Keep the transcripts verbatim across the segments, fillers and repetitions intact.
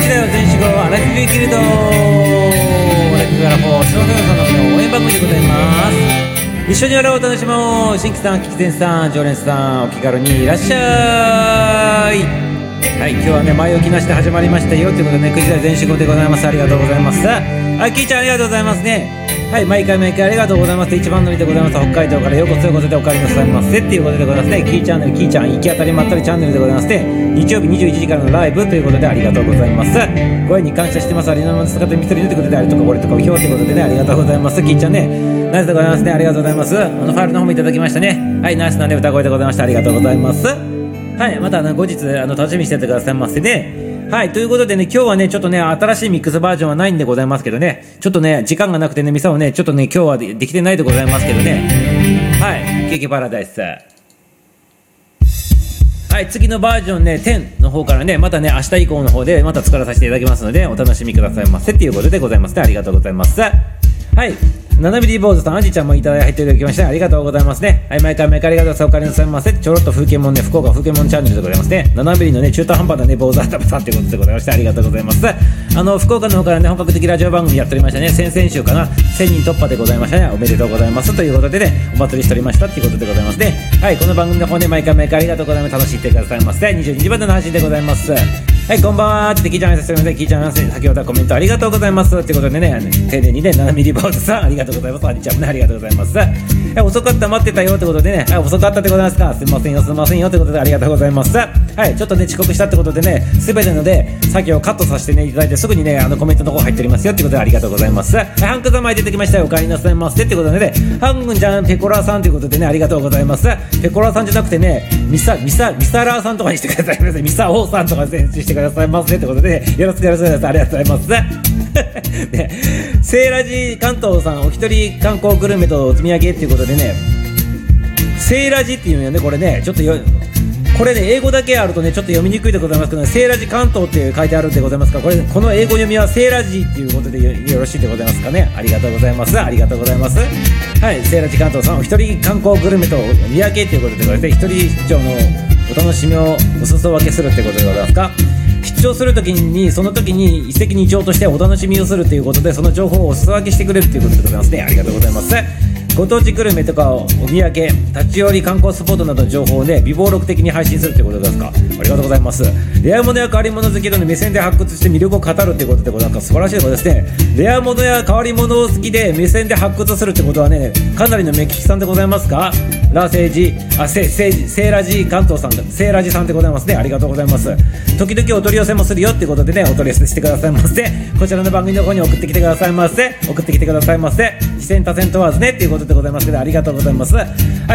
時代は全種語アラフィフギルドラクガラフォー少年さんの船応援番組でございます。一緒に笑おうお楽しもう。新規さん、聞き手さん、常連さん、お気軽にいらっしゃい。はい、今日はね前置きなしで始まりましたよということでね、くじ台全集合でございます。ありがとうございます。あ、キーちゃんありがとうございますね。はい、毎回毎回ありがとうございます。一番乗りでございます。北海道からようこそということでお帰りなさいませっていうことでございますね。キーチャンネル、キーちゃん行き当たりまったりチャンネルでございまして、日曜日にじゅういちじからのライブということでありがとうございます。ご縁に感謝してます。ありのまま姿見せるということであるとか俺とかをひょうということでね、ありがとうございます。キーちゃんね、ナイスでございますね。ありがとうございます。あのファイルの方もいただきましたね。はい、ナイスなんで歌声でございました。ありがとうございます。はい、またあの後日あの楽しみにしててくださいませね。はい、ということでね、今日はね、ちょっとね、新しいミックスバージョンはないんでございますけどね、ちょっとね、時間がなくてね、ミサをね、ちょっとね、今日は で, できてないでございますけどね。はい、ケーキパラダイス。はい、次のバージョンね、じゅうの方からね、またね、明日以降の方でまた作らさせていただきますので、お楽しみくださいませっていうことでございますね。ありがとうございます。はい。ななミリ坊主さん、アジちゃんもいただいていただきまして、ありがとうございますね。はい、毎回毎回ありがとうございます。お帰りなさいませ。ちょろっと風景もんね、福岡風景もんチャンネルでございますね。ななミリのね、中途半端なね、坊主頭さんということでございまして、ありがとうございます。あの、福岡の方からね、本格的ラジオ番組やっておりましたね。先々週かな、せんにん突破でございましたね。おめでとうございます。ということでね、お祭りしておりましたっていうことでございますね。はい、この番組の方ね、毎回毎回ありがとうございます。楽しんでくださいませ。にじゅうにじまでの配信でございます。はい、こんばんはってキーちゃん挨拶しております。キーちゃん先ほどはコメントありがとうございますということでね、丁寧にね、ななミリ坊主さん、ありがとうございます。アジちゃんもね、ありがとうございます。はい、遅かった待ってたよってことでね、はい、遅かったってことなんですか。すいませんよ、すいませんよってことでありがとうございます。はい、ちょっとね、遅刻したってことでね、すべてので、作業をカットさせてね、いただいて、すぐにね、あのコメントの方入っておりますよってことでありがとうございます。はい、ハンク様出てきましたよ、お帰りなさいませってことでね、ハングンちゃん、ペコラーさんということでね、ありがとうございます。ペコラーさんじゃなくてね、ミサ、ミサ、ミサラーさんとかにしてくださいませ。ミサオーさんとか選手してくださいませってことで、ね、よろしくよろしくお願いします。ありがとうございます。ね、セーラジ関東さん、お一人観光グルメとお積み上げっていうことでね、セーラジっていうのよね、これね、ちょっとよ、これね、英語だけあるとね、ちょっと読みにくいでございますけど、ね、セーラジ関東って書いてあるんでございますから、これ、この英語読みはセーラジっていうことで よ, よろしいでございますかね。ありがとうございます。ありがとうございます。はい、セーラジ関東さん、お一人観光グルメとお土産っていうことでございまして、一人出張のお楽しみをお裾分けするってことでございますか。出張するときに、その時に一石二鳥としてお楽しみをするということで、その情報をお裾分けしてくれるということでございますね。ありがとうございます。ご当地グルメとかお土産、立ち寄り観光スポットなどの情報をね、微暴録的に配信するということですか。ありがとうございます。レア物や変わり物好きの目線で発掘して魅力を語るということでございます。素晴らしいことですね。レア物や変わり物を好きで目線で発掘するってことはね、かなりの目利きさんでございますか。ラーセージ、あ、セセセーラジ関東さん、セーラジさんでございますね。ありがとうございます。時々お取り寄せもするよっていうことでね、お取り寄せしてくださいませ。こちらの番組の方に送ってきてくださいませ。送ってきてくださいませ。非戦多戦問わずねっていうことでございますけど、ありがとうございます。はい、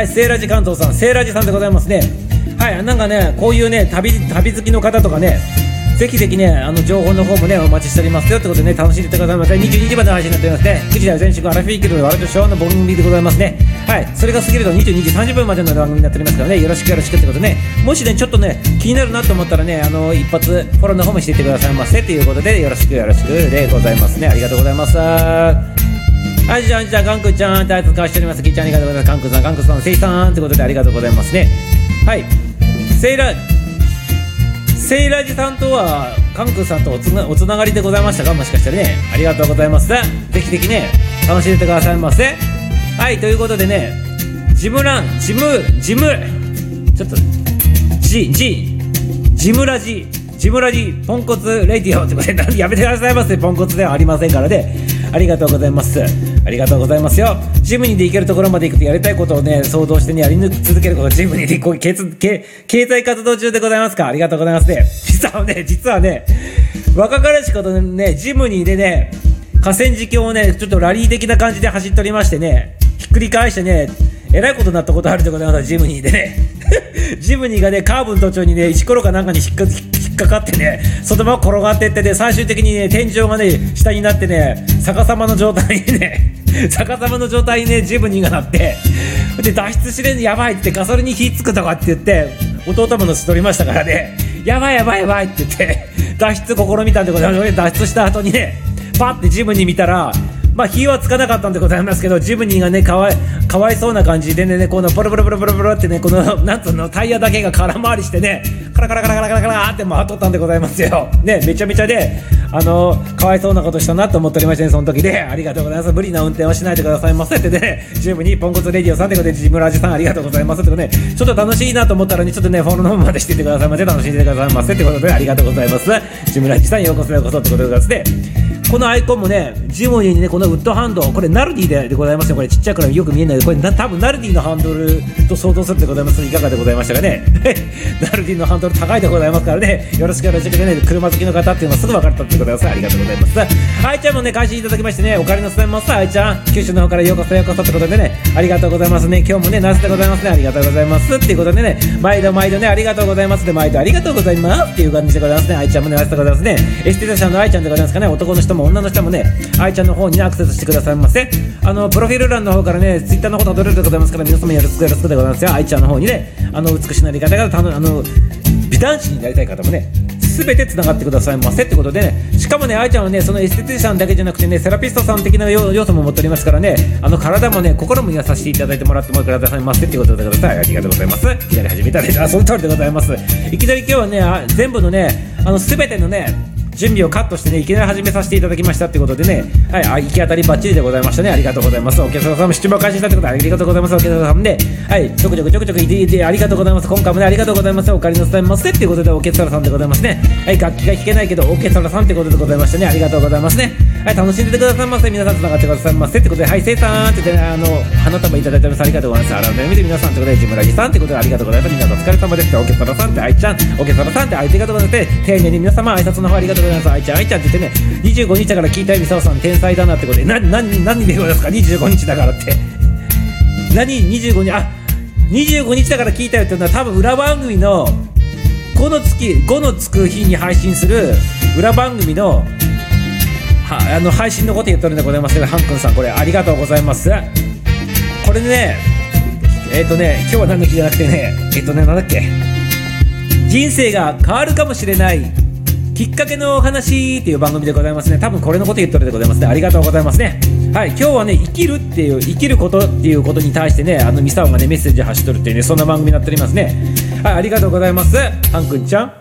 セーラジ関東さん、セーラジさんでございますね。はい、なんかね、こういうね、旅旅好きの方とかね、ぜひぜひね、あの情報の方もね、お待ちしておりますよってことでね、楽しんでいってくださいませ。にじゅうにじまでの配信になっておりますね。くじ台全集合アラフィーキルの割と昭和の番組でございますね。はい、それが過ぎるとにじゅうにじさんじゅっぷんまでの番組になっておりますからね、よろしくよろしくってことでね、もしね、ちょっとね、気になるなと思ったらね、あの、一発フォローの方もしていってくださいませっていうことで、よろしくよろしくでございますね。ありがとうございます。はい、じゃあ、じゃあ、ガンクちゃんってあいつかしております。キーちゃんありがとうございます。ガンクさん、ガンクさん、セイさんってことでありがとうございますね。はい、セイラ、セイラジさんとは、ガンクさんとおつな、おつながりでございましたか、もしかしたらね。ありがとうございます。ぜひぜひね、楽しんでてくださいませ。はい、ということでね、ジムラン、ジム、ジム、ちょっと、ジ、ジ、ジムラジ、ジムラジ、ポンコツレディオってことで、やめてくださいませ。ポンコツではありませんからね。ありがとうございます。ありがとうございますよ。ジムニーで行けるところまで行くとやりたいことをね、想像してね、やり抜き続けること、ジムニーでこう経経済活動中でございますか。ありがとうございますね。実はね、実はね、若かりしことね、ジムニーでね、河川敷をね、ちょっとラリー的な感じで走っておりましてね、ひっくり返してね、えらいことになったことあるでございます。ジムニーでね。ジムニーがね、カーブの途中にね、石ころかなんかに引っか引っかかってね、そのまま転がっていってね、最終的にね、天井がね、下になってね、逆さまの状態にね、逆さまの状態にね、ジムニーがなって、で、脱出しれんやばいって、ガソリンに火つくとかって言って、弟ものしとりましたからね、やばいやばいやばいって言って、脱出試みたんでございます。脱出した後にね、パッてジムニー見たら、まあ火はつかなかったんでございますけど、ジムニーがね、かわい、かわいそうな感じでね、このポロポロポロポロポロってね、この、なんつうの、タイヤだけが空回りしてね、カラカラカラカラカラカラって回っとったんでございますよね。めちゃめちゃで、あのかわいそうなことしたなと思っておりましてね、その時で、ありがとうございます、無理な運転はしないでくださいませってね、チームにポンコツレディオさんということで、ジムラジさんありがとうございますってことで、ね、ちょっと楽しいなと思ったらね、ちょっとねフォローの方までしていってくださいませ、楽しんでくださいませってことで、ありがとうございます。ジムラジさんようこそようこそってことでございますね。このアイコンもね、ジモニーにね、このウッドハンド、これナルディででございますよ。これちっちゃいからよく見えないけど、これな多分ナルディのハンドルと相当するでございます。いかがでございましたかね。ナルディのハンドル高いでございますからね、よろしくよろしくね、車好きの方っていうのはすぐ分かったってことです。ありがとうございます。あいちゃんもね、開始いただきましてね、お借りのさいます。あいちゃん、九州の方からようこそようこそってことでね、ありがとうございますね。今日もね、ナスでございますね、ありがとうございますっていうことでね、毎度毎度ね、ありがとうございますで、毎度ありがとうございますっていう感じでございますね。あいちゃんもね、ナスでございますね。エステティシャンのあいちゃんでございますかね、男の人も女の人もね、あいちゃんの方に、ね、アクセスしてくださいませ。あのプロフィール欄の方からね、ツイッターの方たどれるでございますから、皆様よろしくよろしくでございますよ。あいちゃんの方にね、あの美しいなり方がたのあの美男子になりたい方もね、すべてつながってくださいませってことでね、しかもね、あいちゃんはね、そのエステティシャンだけじゃなくてね、セラピストさん的な要素も持っておりますからね、あの体もね、心も癒させていただいてもらってもくださいませってことでございます。ありがとうございます。いきなり始めたら、あ、その通りでございます。いきなり今日はね、あ全部のね、あのすべてのね、準備をカットしてね、いきなり始めさせていただきましたってことでね、はい、あ行き当たりバッチリでございましたね。ありがとうございます。お客様出張開始したってことでありがとうございます。お客様ね、はい、ちょくちょくちょくちょくいていてありがとうございます。今回もね、ありがとうございます。お借りなさいませっていうことで、オーケストラさんでございますね。はい、楽器が弾けないけどオーケストラさんってことでございましたね。ありがとうございますね。はい、楽しんでてくださいませ。皆さんつながってくださいませってことで、はい、せいさんって言ってね、あの花束いただいてます。ありがとうございます。改めて皆さんってことで、ジムラギさんってことでありがとうございます。皆さんお疲れ様ですって、オーケストラさんってあいちゃん、オーケストラさんってあいてがとうございます。丁寧に皆様挨拶の方ありがとうございます。あいちゃん、あいちゃんって言ってね、にじゅうごにちだから聞いたよ、みさおさん天才だなってことで、な何何でございますか、にじゅうごにちだからって何にじゅうごにち、あにじゅうごにちだから聞いたよっていうのは、多分裏番組のごの月ごのつく日に配信する裏番組のはあの配信のこと言ってるんでございますけど、ハンくんさんこれありがとうございます。これね、えっ、ー、とね今日は何の日じゃなくてね、えっ、ー、とねなんだっけ、人生が変わるかもしれないきっかけのお話っていう番組でございますね。多分これのこと言ってるでございますね。ありがとうございますね。はい、今日はね、生きるっていう生きることっていうことに対してね、あのミサオがねメッセージを発しとるっていうね、そんな番組になっておりますね。はい、ありがとうございます。ハンくんちゃん、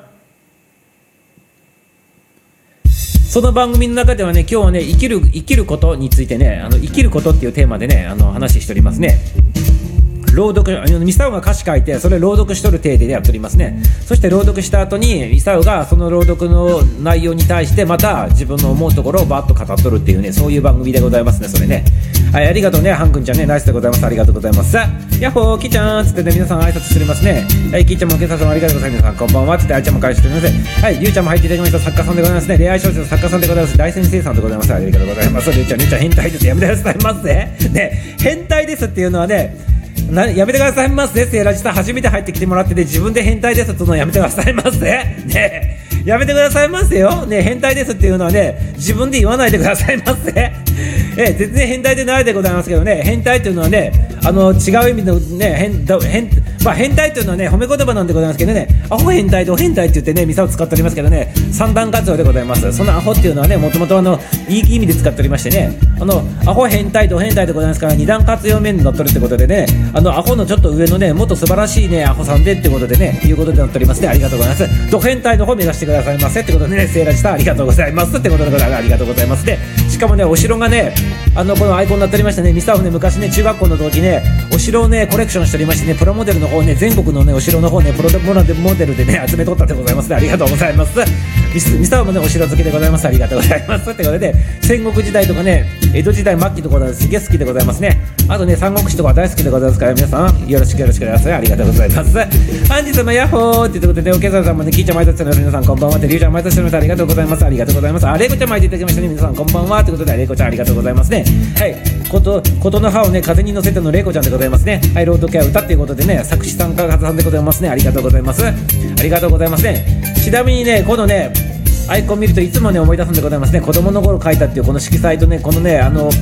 その番組の中ではね、今日はね、生きる生きることについてね、あの生きることっていうテーマでね、あの話しておりますね。朗読、あのミサオが歌詞書いて、それ朗読しとる体でやっておりますね。そして朗読した後にミサオがその朗読の内容に対してまた自分の思うところをバッと語っとるっていうね、そういう番組でございますね。それね、はい、ありがとうね、ハンくんちゃんね、ナイスでございます。ありがとうございます。ヤッホーキーちゃんつってね、皆さん挨拶しておりますね。はい、キーちゃんも今朝さんありがとうございます。皆さんこんばんはつって、あいちゃんも返しております。はい、リュウちゃんも入っていただきました。作家さんでございますね。恋愛小説の作家さんでございます。大先生さんでございます。ありがとうございます。リュウちゃん、リュウちゃん変態です。やめてくださいませね。変態ですっていうのはね、なやめてくださいませ。セイラジさん初めて入ってきてもらってて、自分で変態ですっていうのをやめてくださいませね。やめてくださいませよね。変態ですっていうのはね、自分で言わないでくださいませ。え全然変態でないでございますけどね、変態っていうのはね、あの違う意味のね、変変まあ変態っていうのはね、褒め言葉なんでございますけどね、アホ変態と変態って言ってね、ミサを使っておりますけどね、三段活用でございます。そのアホっていうのはね、もともとあのいい意味で使っておりましてね、あのアホ変態と変態でございますから、二段活用面になっとるってことでね、あのアホのちょっと上のね、もっと素晴らしいね、アホさんでってことでね、いうことでなっておりますね。ありがとうございます。ド変態の方目指してくださいませってことでね、セイラジさんありがとうございますってことでございます。ありがとうございますね。しかもね、お城がね、あのこのアイコンになっておりましたね。ミサオね、昔ね、中学校の時ね、お城をねコレクションしておりましてね、プラモデルの方ね、全国のねお城の方ね、プロモデルでね集めとったでございますね。ありがとうございます。ミスミサオもねお城好きでございます。ありがとうございますってことで、戦国時代とかね、江戸時代末期とかすげえ好きでございますね。あとね、三国志とか大好きでございますから、皆さんよろしくよろしくください。ありがとうございます。本日もヤッホーってことで、おけささんもね、キーちゃん毎年してます。皆さんこんばんはって、リュウちゃん毎年してます。ありがとうございます。ありがとうございます。あ、レイコちゃん巻いていただきましたね。皆さんこんばんはってことで、レイコちゃんありがとうございますね。はい、ことことの葉をね風に乗せてのレイコちゃんでございますね。はい、朗読や歌っていうことでね、作詞参加型さんでございますね。ありがとうございます。ありがとうございますね。ちなみにね、このねアイコン見るといつもね思い出すんでございますね。子供の頃書いたっていうこの色彩とね、このねあの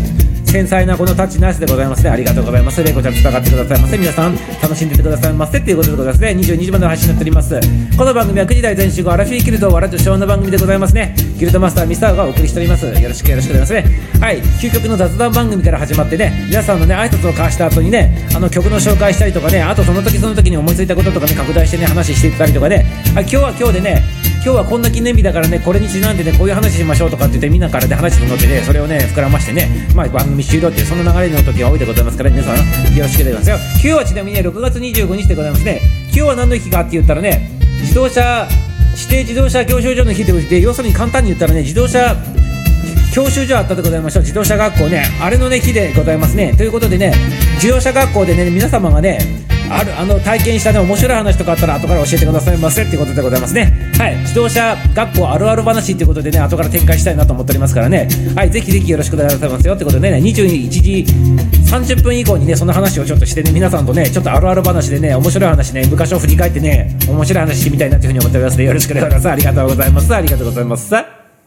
繊細なこのタッチナイスでございますね。ありがとうございます。レイコちゃん伝わってくださいませ。皆さん楽しんでてくださいませっていうことでございますね。にじゅうにじまでの配信になっております。この番組はくじ台全集合アラフィーキルトを笑って昭和の番組でございますね。ギルドマスターミスターがお送りしております。よろしくよろしくお願いしますね。はい、究極の雑談番組から始まってね、皆さんのね挨拶を交わした後にね、あの曲の紹介したりとかね、あとその時その時に思いついたこととかね拡大してね話していったりとかね、はい、今日は今日でね、今日はこんな記念日だからね、これにちなんでねこういう話しましょうとかって言ってみんなからで話すのってね、それをね膨らましてね、まあ番組終了っていうその流れの時が多いでございますから、皆さんよろしくでございますよ。今日はちなみにねろくがつにじゅうごにちでございますね。今日は何の日かって言ったらね、自動車指定自動車教習所の日ということで、要するに簡単に言ったらね、自動車教習所あったでございましょう。自動車学校ね、あれのね日でございますね。ということでね、自動車学校でね皆様がねあるあの体験したね面白い話とかあったら後から教えてくださいませっていうことでございますね。はい、自動車学校あるある話っていうことでね後から展開したいなと思っておりますからね、はい、ぜひぜひよろしくお願いしますよってことでね、にじゅういちじさんじゅっぷん以降にねその話をちょっとしてね、皆さんとねちょっとあるある話でね面白い話ね、昔を振り返ってね面白い話してみたいなというふうに思っておりますので、よろしくお願いします。ありがとうございます。ありがとうございます。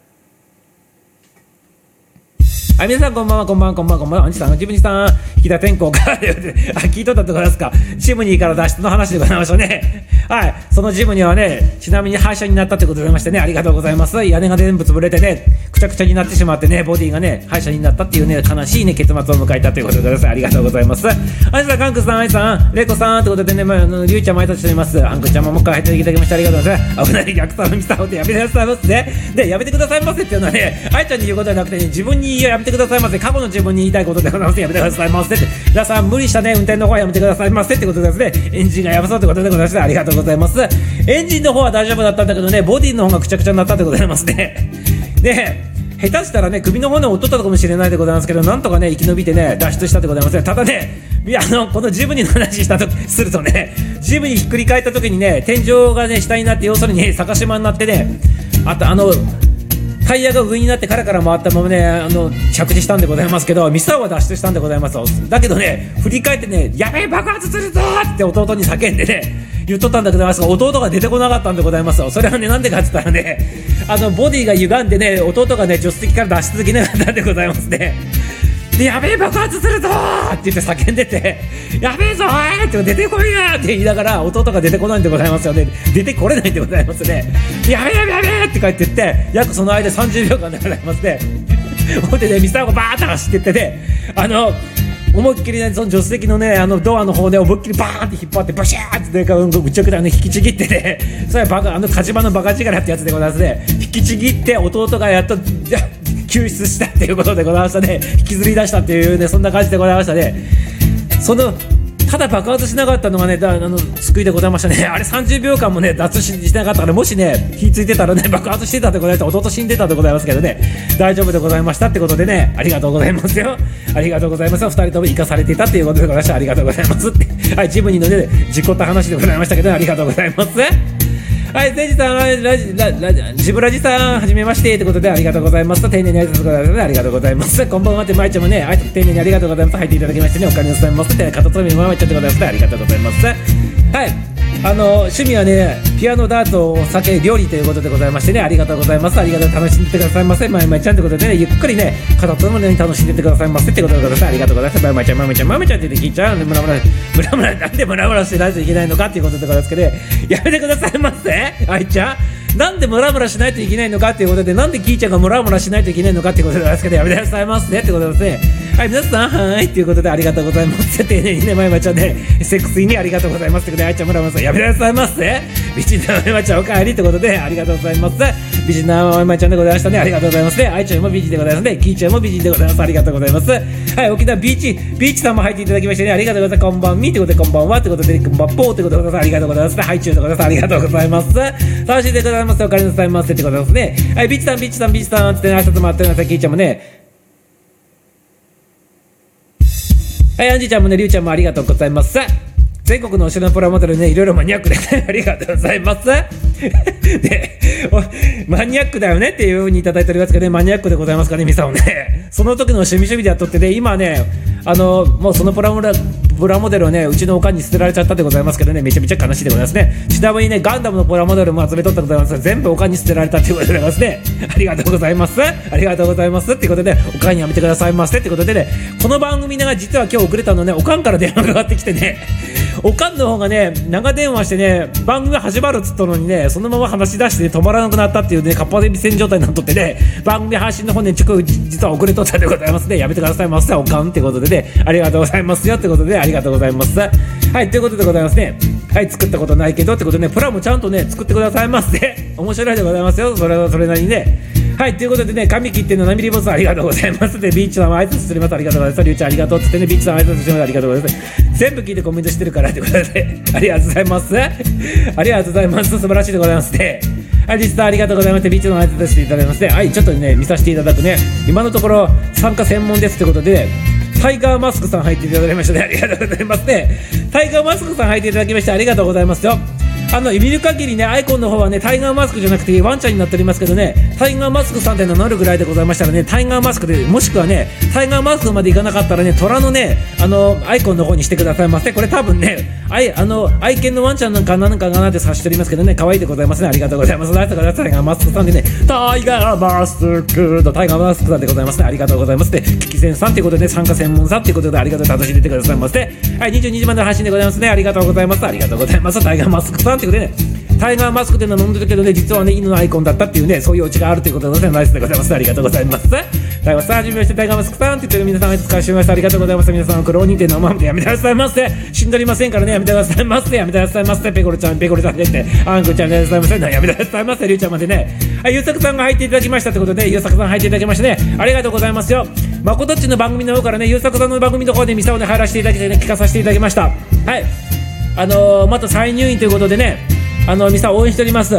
はい、皆さんこんばんは、こんばんは、こんばんは、こんばんは。アンチさん、ジムニさん、引田天候からで、あ、聞いとったってことですか。ジムニーから脱出の話でございましたね。はい、そのジムニーはね、ちなみに廃車になったってことでございましてね、ありがとうございます。屋根が全部潰れてね、くちゃくちゃになってしまってね、ボディがね、廃車になったっていうね、悲しいね、結末を迎えたということでございます。ありがとうございます。アンチさん、カンクさん、アイさん、レイコさんってことでね、まあ、あの、リュウちゃんも挨拶しております。アンクちゃんももう一回入っていただきましてありがとうございます。危ない、逆さのミサオってやめてくださいませね。で、やめてくださいませっていうのはね、アイちゃんに言うことじゃなくて、ね、自分にやめてくださいませ。過去の自分に言いたいことでございます。やめてくださいませって。皆さん無理したね運転の方はやめてくださいませってことですね。エンジンがやばそうってことでございます。ありがとうございます。エンジンの方は大丈夫だったんだけどね、ボディの方がくちゃくちゃになったってことでございますね。で、下手したらね首の骨を折っとったかもしれないでございますけど、なんとかね生き延びてね脱出したでございますね。ただね、いやあのこのジムニーの話したとするとね、ジムニーひっくり返った時にね天井がね下になって、要するに、ね、逆しまになってね、あとあのタイヤが上になってカラカラ回ったままねあの着地したんでございますけど、ミサオは脱出したんでございます。だけどね振り返ってね、やべえ爆発するぞって弟に叫んでね言っとったんだけど、弟が出てこなかったんでございます。それはねなんでかって言ったらね、あのボディが歪んでね弟がね助手席から脱出できなかったんでございますね。で、やべえ爆発するぞーって言って叫んでて、やべえぞーって出てこいなって言いながら弟が出てこないんでございますよね。出てこれないんでございますね。やべえやべえやべえって帰って言って約その間さんじゅうびょうかんでございますね。ほんでねミサオがバーッと走ってってね、あの思いっきりねその助手席のねあのドアの方で思いっきりバーンって引っ張ってバシャーってねぐちゃぐちゃね引きちぎってね、それはバカあの火事場のバカ力ってやつでございますね。引きちぎって弟がやっと救出したっていうことでございましたね。引きずり出したっていうねそんな感じでございましたね。そのただ爆発しなかったのがねだあの救いでございましたね。あれさんじゅうびょうかんもね脱出しなかったから、もしね火ついてたらね爆発してたでございました。弟死んでたでございますけどね、大丈夫でございましたってことでね、ありがとうございますよ。ありがとうございますよ。ふたりとも生かされていたっていうことでございました。ありがとうございますってはい、ジムニーのね事故った話でございましたけど、ありがとうございます。はい、せいじさん、ラジラララジブラジさん、はじめましてってことでありがとうございます。丁寧に挨拶くださいましてありがとうございます。こんばんはってまいちゃんもね、挨拶丁寧にありがとうございます。入っていただきましてね、お金をございますって、片爪まいちゃんでございます。ありがとうございます。はい、あの趣味はね、ピアノ、ダーツ、お酒、料理ということでございましてね、ありがとうございます。ありがとう、楽しんでってくださいませ。まいまいちゃんということでね、ゆっくりね、片爪に楽しんでってくださいませってことでございます。ありがとうございます。まいまいちゃん、まいまいちゃん、まいまいちゃんって言って聞いちゃう。ムラムラ、ムラムラ、なんでムラムラしてないといけないのかっていうことでございますけど、ね、やめてくださいませ。あいちゃん。なんでムラムラしないといけないのかっていうことで、なんでキーちゃんがムラムラしないといけないのかっていうことでございますけど、やめてくださいませってことですね。はい、皆さん、はーいっていうことでありがとうございます。丁寧にね、まいまちゃんね、セクシーにありがとうございますってことで、あいちゃんムラムラさん、やめてくださいませ。美人なまいまちゃんおかえりってことで、ありがとうございます。美人なまいまちゃんでございましたね。ありがとうございますね。あいちゃんも美人でございますね。キーちゃんも美人でございます。ありがとうございます。はい、沖縄ビーチ、ビーチさんも入っていただきましてね、ありがとうございます。こんばんみってことで、こんばんはってことで、こんばんぽーってことでございます。ありがとうございます。はい、チューでございます。ありがとうございます。楽しいでございます。お金の伝えますってことですね。はい、ビーチさん、ビーチさん、ビーチさんってね、挨拶回ってるのさ、キーちゃんもね、はい、アンジーちゃんもね、リュウちゃんもありがとうございます。全国のお城のプラモデルね、いろいろマニアックで、ね、ありがとうございます。で、マニアックだよねっていう風にいただいておりますけどね、マニアックでございますかね、ミサオね。その時の趣味趣味でやっとってね、今ね、 あのもうそのプラモデルプラモデルをねうちのおかんに捨てられちゃったでございますけどね、めちゃめちゃ悲しいでございますね。ちなみにねガンダムのプラモデルも集めとったでございますが、全部おかんに捨てられたということでございますね。ありがとうございます、ありがとうございますってことで、おかんにやめてくださいませってことでね、この番組が実は今日遅れたのね、おかんから電話がかかってきてね、おかんの方がね長電話してね、番組始まるっつったのにね、そのまま話し出して、ね、止まらなくなったっていうね、かっぱえびせん状態になっとってね、番組配信の方ねちょっと実は遅れとったでございますね。やめてくださいませおかんってことでね、ありがとうございますよってことで、ありがとうございます。はい、ということでございますね。はい、作ったことないけどってことでね、プラもちゃんとね作ってくださいませ、ね、面白いでございますよ、それはそれなりにね。はい、ということでね、髪切ってななミリボスありがとうございますで、ビーチさんは挨拶しております、ありがとうございます。りゅうちゃんありがとうってってね、ビーチさん挨拶しております、ありがとうございます。全部聞いてコメントしてるからってことで、ありがとうございますありがとうございます、素晴らしいでございますね。はい、リスターありがとうございまして、ビーチの挨拶していただきまして、はい、ちょっとね見させていただくね、今のところ参加専門ですってことで、タイガーマスクさん入っていただきましたね、ありがとうございますね。タイガーマスクさん入っていただきましてありがとうございますよ。あの見る限りね、アイコンの方はねタイガーマスクじゃなくてワンちゃんになっておりますけどね、タイガーマスクさんって名乗るぐらいでございましたらね、タイガーマスクで、もしくはねタイガーマスクまでいかなかったらね、虎のねあのアイコンの方にしてくださいませ。これ多分ね愛あの愛犬のワンちゃんなんかなんかかなって察しておりますけどね、可愛いでございますね、ありがとうございます。タイガーマスクさんでね、タイガーマスクとタイガーマスクさんでございますね、ありがとうございます。でキキセンさんということで、参加専門さんということで、ありがとうございます。楽しんでてくださいませ。はい、にじゅうにじまでの配信でございますね、ありがとうございます、ありがとうございます。タイガーマスクさんということでね、タイガーマスクっていうのは飲んでるけどね、実はね犬のアイコンだったっていうね、そういうオチがあるということでございます。ナイスでございます、ありがとうございます。タイガーさん、はじめまして、タイガーマスクさんって言ってる皆さん、ありがとうございます。ありがとうございます。皆さん、苦労人っていうのままでやめてくださいませ。死んどりませんからね、やめてくださいませ。やめてくださいませ。ペコルちゃん、ペコルちゃんでって、アンクちゃんでございません。やめてくださいませ。リュウちゃんまでね。はい、ゆうさくさんが入っていただきましたってことで、ゆうさくさん入っていただきましてね、ありがとうございますよ。まことっちの番組の方からね、ゆうさくさんの番組の方でミサをね入らせていただきてね、聞かさせていただきました。はい、あのー、また再入院ということでね、あのー、ミサ応援しております。はい、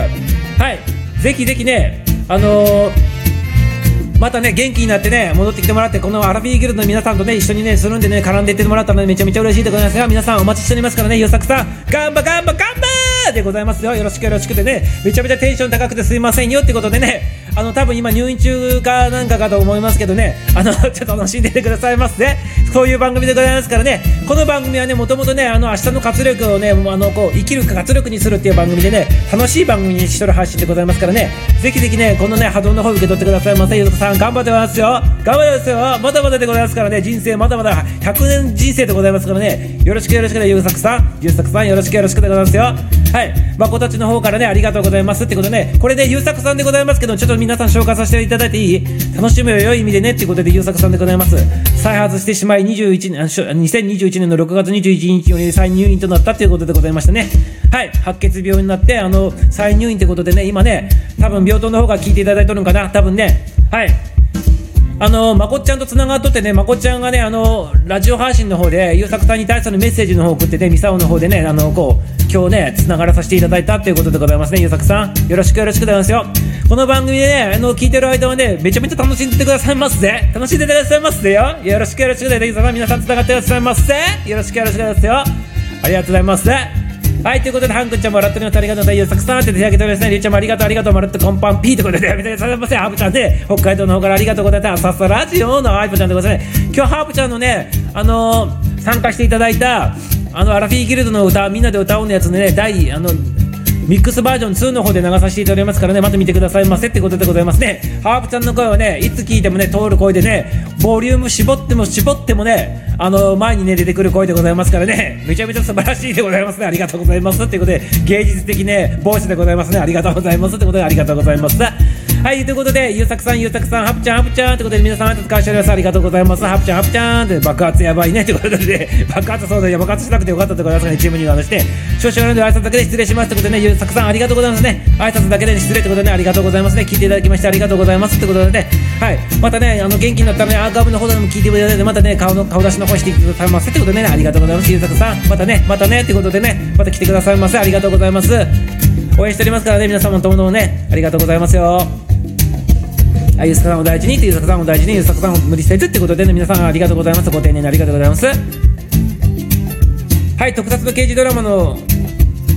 ぜひぜひね、あのー、またね元気になってね戻ってきてもらって、このアラフィーギルドの皆さんとね一緒にねするんでね、絡んでいってもらったのでめちゃめちゃ嬉しいでございますが、皆さんお待ちしておりますからね、ゆうさくさんガンバガンバガンバーでございますよ。よろしくよろしくでね、めちゃめちゃテンション高くてすいませんよってことでね、あの多分今入院中かなんかかと思いますけどね、あのちょっと楽しんでてくださいますね。そういう番組でございますからね、この番組はねもともとね、あの明日の活力をね、あのこう生きる活力にするっていう番組でね、楽しい番組にしとる発信でございますからね、ぜひぜひねこのね波動の方受け取ってくださいませ。ゆうさくさん頑張ってますよ、頑張ってますよ、まだまだでございますからね、人生まだまだひゃくねん人生でございますからね、よろしくよろしくね、ゆうさくさんゆうさくさんよろしくよろしくでございますよ。はい、まこたちの方からねありがとうございますってことでね、これでゆうさくさんでございますけど、ちょっと皆さん紹介させていただいていい？楽しむよ良い意味でねっていうことで、ゆうさくさんでございます。再発してしまいにじゅういちねんにせんにじゅういちねんのろくがつにじゅういちにちより再入院となったということでございましたね。はい、白血病になってあの再入院ということでね、今ね多分病棟の方が聞いていただいてるのかな、多分ね。はい、あのまこっちゃんとつながっとってね、まこっちゃんがねあのラジオ配信の方でゆうさくさんに対するメッセージの方を送ってね、ミサオの方でねあのこう今日ねつながらさせていただいたということでございますね。ゆうさくさんよろしくよろしくでございますよ。この番組でねあの聞いてる間はねめちゃめちゃ楽しんでてくださいますぜ、楽しんでてくださいますぜよ、よろしくよろしくで、ゆうさくさん皆さんつながってくださいますぜ、よろしくよろしくでございますよ、ありがとうございます。はい、ということでハンくんちゃんも笑っております、ありがとうございます。ゆうさくさんって手挙げておりますね、りゅうちゃんもありがとうありがとう、まるっとコンパンピーということでやめてくださいませ。ハープちゃんね北海道の方からありがとうございます。さっさラジオのハープちゃんでございますね。今日ハープちゃんのねあのー、参加していただいたあのアラフィーギルドの歌みんなで歌おうのやつでね、第あのミックスバージョンツーの方で流させていただきますからね、また見てくださいませってことでございますね。ハープちゃんの声はねいつ聞いてもね通る声でね、ボリューム絞っても絞ってもねあの前にね出てくる声でございますからね、めちゃめちゃ素晴らしいでございますね、ありがとうございますってことで、芸術的ね帽子でございますね、ありがとうございますってことで、ありがとうございます。はい、ということでゆうさくさんゆうさくさんハプちゃんハプちゃんってことで皆さん挨拶返しております、ありがとうございます。ハプちゃんハプちゃんって爆発やばいねってことで、爆発そうだよ、爆発しなくてよかったってことですね、チームにはして少々なので挨拶だけで失礼しますってことでね、ゆうさくさんありがとうございますね、挨拶だけで失礼ってことでね、ありがとうございますね、聞いていただきましてありがとうございますってことでね、はい、またねあの元気になったらねアーカイブの方でも聞いていただいて、またね顔の顔出しの方してくださいませってことでね、ありがとうございます。ゆうさくさんまたねまたねってことでね、また来てくださいませ、ありがとうございます。応援しておりますからね、皆様ともどもねありがとうございますよ。はい、ゆうさくさんを大事にってゆうさくさんを大事にゆうさくさんを無理せずってことでね、皆さんありがとうございます。ご丁寧にありがとうございます。はい、特撮の刑事ドラマの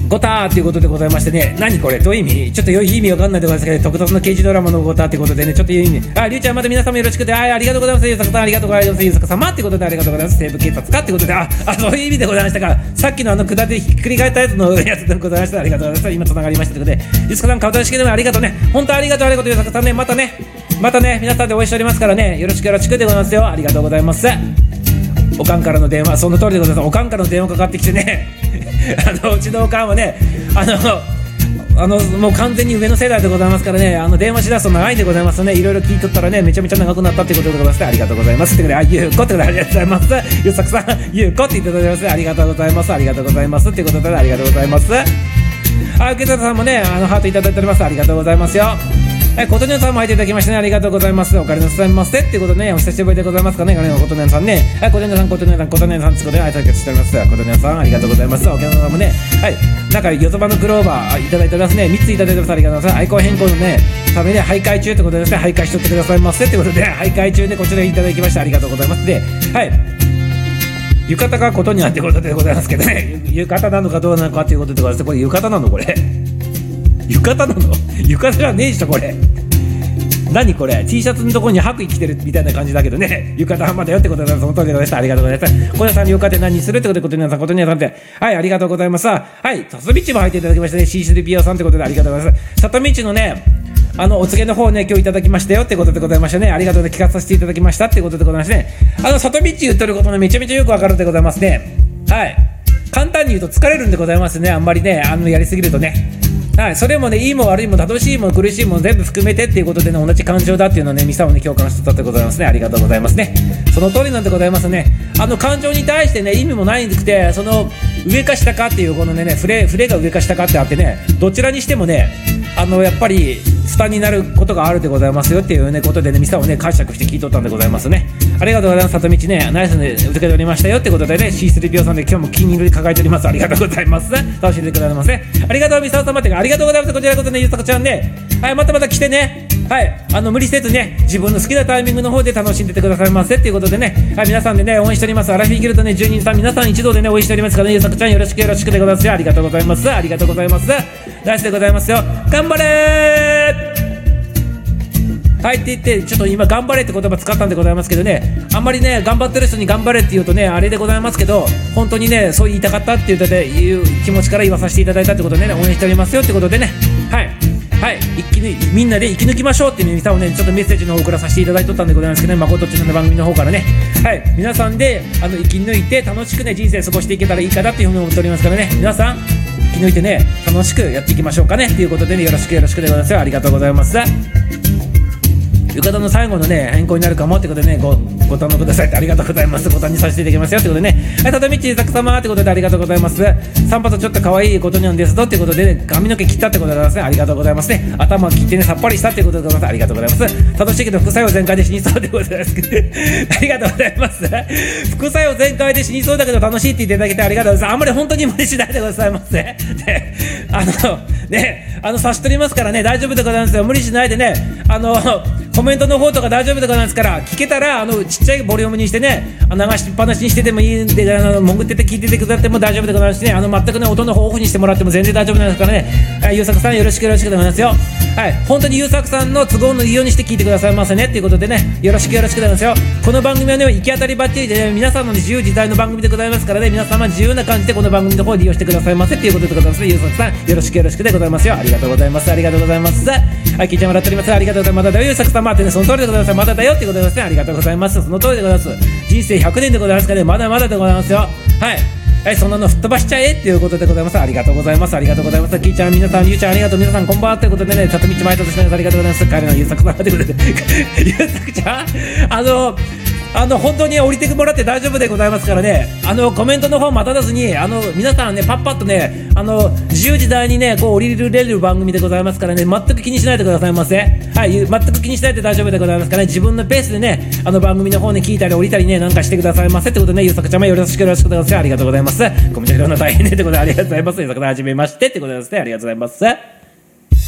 ゴターっていうことでございましてね、何これどういう意味、ちょっと良い意味わかんないでございますけど、特撮の刑事ドラマのゴターってことでね、ちょっと良い意味、あ、りゅうちゃんまた皆様よろしくて、あ、ありがとうございます、ゆうさくさんありがとうございます、ゆうさく様ってことでありがとうございます、西部警察かってことで、あ、あ、そういう意味でございましたか。さっきのあの下りでひっくり返ったやつのやつでございました。ありがとうございます。今繋がりましたということで、ゆうさくさん顔出し系でもありがとうね、本当ありがとうありがとう、ゆうさくさんね、またねまたね皆さんで応援しておりますからね、よろしくよろしくでございますよ。ありがとうございます。おかんからの電話、その通りでございます。おかんからの電話かかってきてねあのうちのおかんはね、あのあのもう完全に上の世代でございますからね、あの電話しだすと長いんでございますね。いろいろ聞いとったらね、めちゃめちゃ長くなったってことでございます。ありがとうございますってことで、あ、ゆうこってことでありがとうございます。ゆうさくさん、ゆうこって言ってくださいます。ありがとうございます。ありがとうございますってことでありがとうございます。あ、受け皿さんもね、あのハートいただいております。ありがとうございますよ。はい、ことねんさんも入っていただきましてね、ありがとうございます。おかげなさいませっていうことでね、お久しぶりでございますかね、ことねんさんね。はい、ことねんさん、ことねんさん、ことねんさんってことで挨拶しております。ことねんさん、ありがとうございます。お客様もね、はい、なんか四つ葉のクローバーいただいておりますね。みっついただいております。ありがとうございます。アイコン変更のね、ために徘徊中ってことでですね、徘徊しとってくださいませってことで、徘徊中でこちらいただきまして、ありがとうございます。で、はい。浴衣がことになってことでございますけどね、浴衣なのかどうなのかということでございます。これ浴衣なのこれ浴衣なの浴衣じゃねえでしょこれ。何これ T シャツのところに白衣着てるみたいな感じだけどね、浴衣はまだよってことでその通りでございました。ありがとうございます。小田さんに浴衣で何にするってことで、ことになさん、ことになさんって、はい、ありがとうございます。はい、さとみちも入っていただきましたね。 シースリーピーオー さんってことでありがとうございます。さとみちのね、あのお告げの方ね、今日いただきましたよってことでございましたね。ありがとうね、聞かさせていただきましたってことでございましてね、あのさとみち言ってることね、めちゃめちゃよくわかるでございますね。はい、簡単に言うと疲れるんでございますね。あんまりね、あのやりすぎるとね、はい、それもね、いいも悪いも楽しいも苦しいも全部含めてっていうことでね、同じ感情だっていうのをね、ミサオに共感してたってございますね。ありがとうございますね。その通りなんでございますね。あの感情に対してね、意味もないんでくて、その上か下かっていうこのね、触れ触れが上か下かってあってね、どちらにしてもね、あのやっぱり負担になることがあるでございますよっていうねことでね、ミサオをね解釈して聞いとったんでございますね。ありがとうございます。さとみちね、ナイスで受け取りましたよってことでね、 シースリーピーオー さんで今日も気に入り抱えております。ありがとうございます。楽しんでくださいませ。ありがとうミサオ様ってありがとうございます。こちらこそね、ゆうさこちゃんね、はい、またまた来てね、はい、あの無理せずね、自分の好きなタイミングの方で楽しんでてくださいませっていうことでね、はい、皆さんでね応援しております。アラフィーギルドね、住人さん皆さん一同でね応援しておりますからね、ゆうさこちゃんよろしくよろしくでございますよ。ありがとうございます。ありがとうございます。ナイスでございますよ。頑張れー。はいって言って、ちょっと今頑張れって言葉使ったんでございますけどね、あんまりね頑張ってる人に頑張れって言うとねあれでございますけど、本当にねそう言いたかったっていういう気持ちから言わさせていただいたってことでね、応援しておりますよってことでね、はいはい一気にみんなで生き抜きましょうっていう皆さんをねちょっとメッセージの方送らさせていただいとったんでございますけどね、誠っちの番組の方からね、はい皆さんであの生き抜いて楽しくね人生過ごしていけたらいいかなっていうふうに思っておりますからね、皆さん生き抜いてね楽しくやっていきましょうかねっていうことでね、よろしくよろしくでございますよ。ありがとうございます。浴衣の最後のね変更になるかもってことでね、ごご堪能くださいってありがとうございます。ご堪にさせていただきますよってことでね、はい、たとみちざく様ってことでありがとうございます。散髪ちょっと可愛いことになんですとってことで、ね、髪の毛切ったってことでございますね。ありがとうございますね。頭を切ってねさっぱりしたってことでございます。ありがとうございます。楽しいけど副作用全開で死にそうでございますありがとうございます。副作用全開で死にそうだけど楽しいって言っていただけてありがとうございます。あんまり本当に無理しないでございますね。ねあのねあの差し取りますからね、大丈夫でございますよ。無理しないでね、あのコメントの方とか大丈夫でございますから、聞けたらあのちっちゃいボリュームにしてね、流しっぱなしにしててもいいんで、あの潜ってて聞いててくださっても大丈夫でございますしね、あの全くね音の方オフにしてもらっても全然大丈夫なんですからね、はい、ゆうさくさんよろしくよろしくでございますよ。はい、本当にゆうさくさんの都合のいいようにして聞いてくださいませねっていうことでね、よろしくよろしくでございますよ。この番組はね行き当たりばっちりでね、皆さんの自由自在の番組でございますからね、皆様自由な感じでこの番組の方を利用してくださいませっていうことでございますね。ゆうさくさんよろしくよろしくでございますよ。ありがとうございます。ありがとうございます。はい、聞いてもらっております。ありがとうございます。まただよゆうさくさん、またねその通りでございます。まだだよってことでございますね。ありがとうございます。その通りでございます。人生ひゃくねんでございますからね、まだまだでございますよ。はい、はい、そんなの吹っ飛ばしちゃえっていうことでございます。ありがとうございます。ありがとうございます。きーちゃん、皆さん、ゆうちゃんありがとう。皆さんこんばんはということでね、さとみちまいとですね、ありがとうございます。彼のゆうさくさんということでゆうさくちゃん、あのあの本当に降りてもらって大丈夫でございますからね、あのコメントの方待たずに、あの皆さんねパッパッとね、あの自由自在にねこう降りれる番組でございますからね、全く気にしないでくださいませ。はい、全く気にしないで大丈夫でございますからね、自分のペースでねあの番組の方ね聞いたり降りたりねなんかしてくださいませってことでね、ゆうさくちゃんもよろしくよろしくでございます。ありがとうございます。コメントいろんな大変ねってことでありがとうございます。ゆうさくちゃんはじめましてってことでですね、ありがとうございます。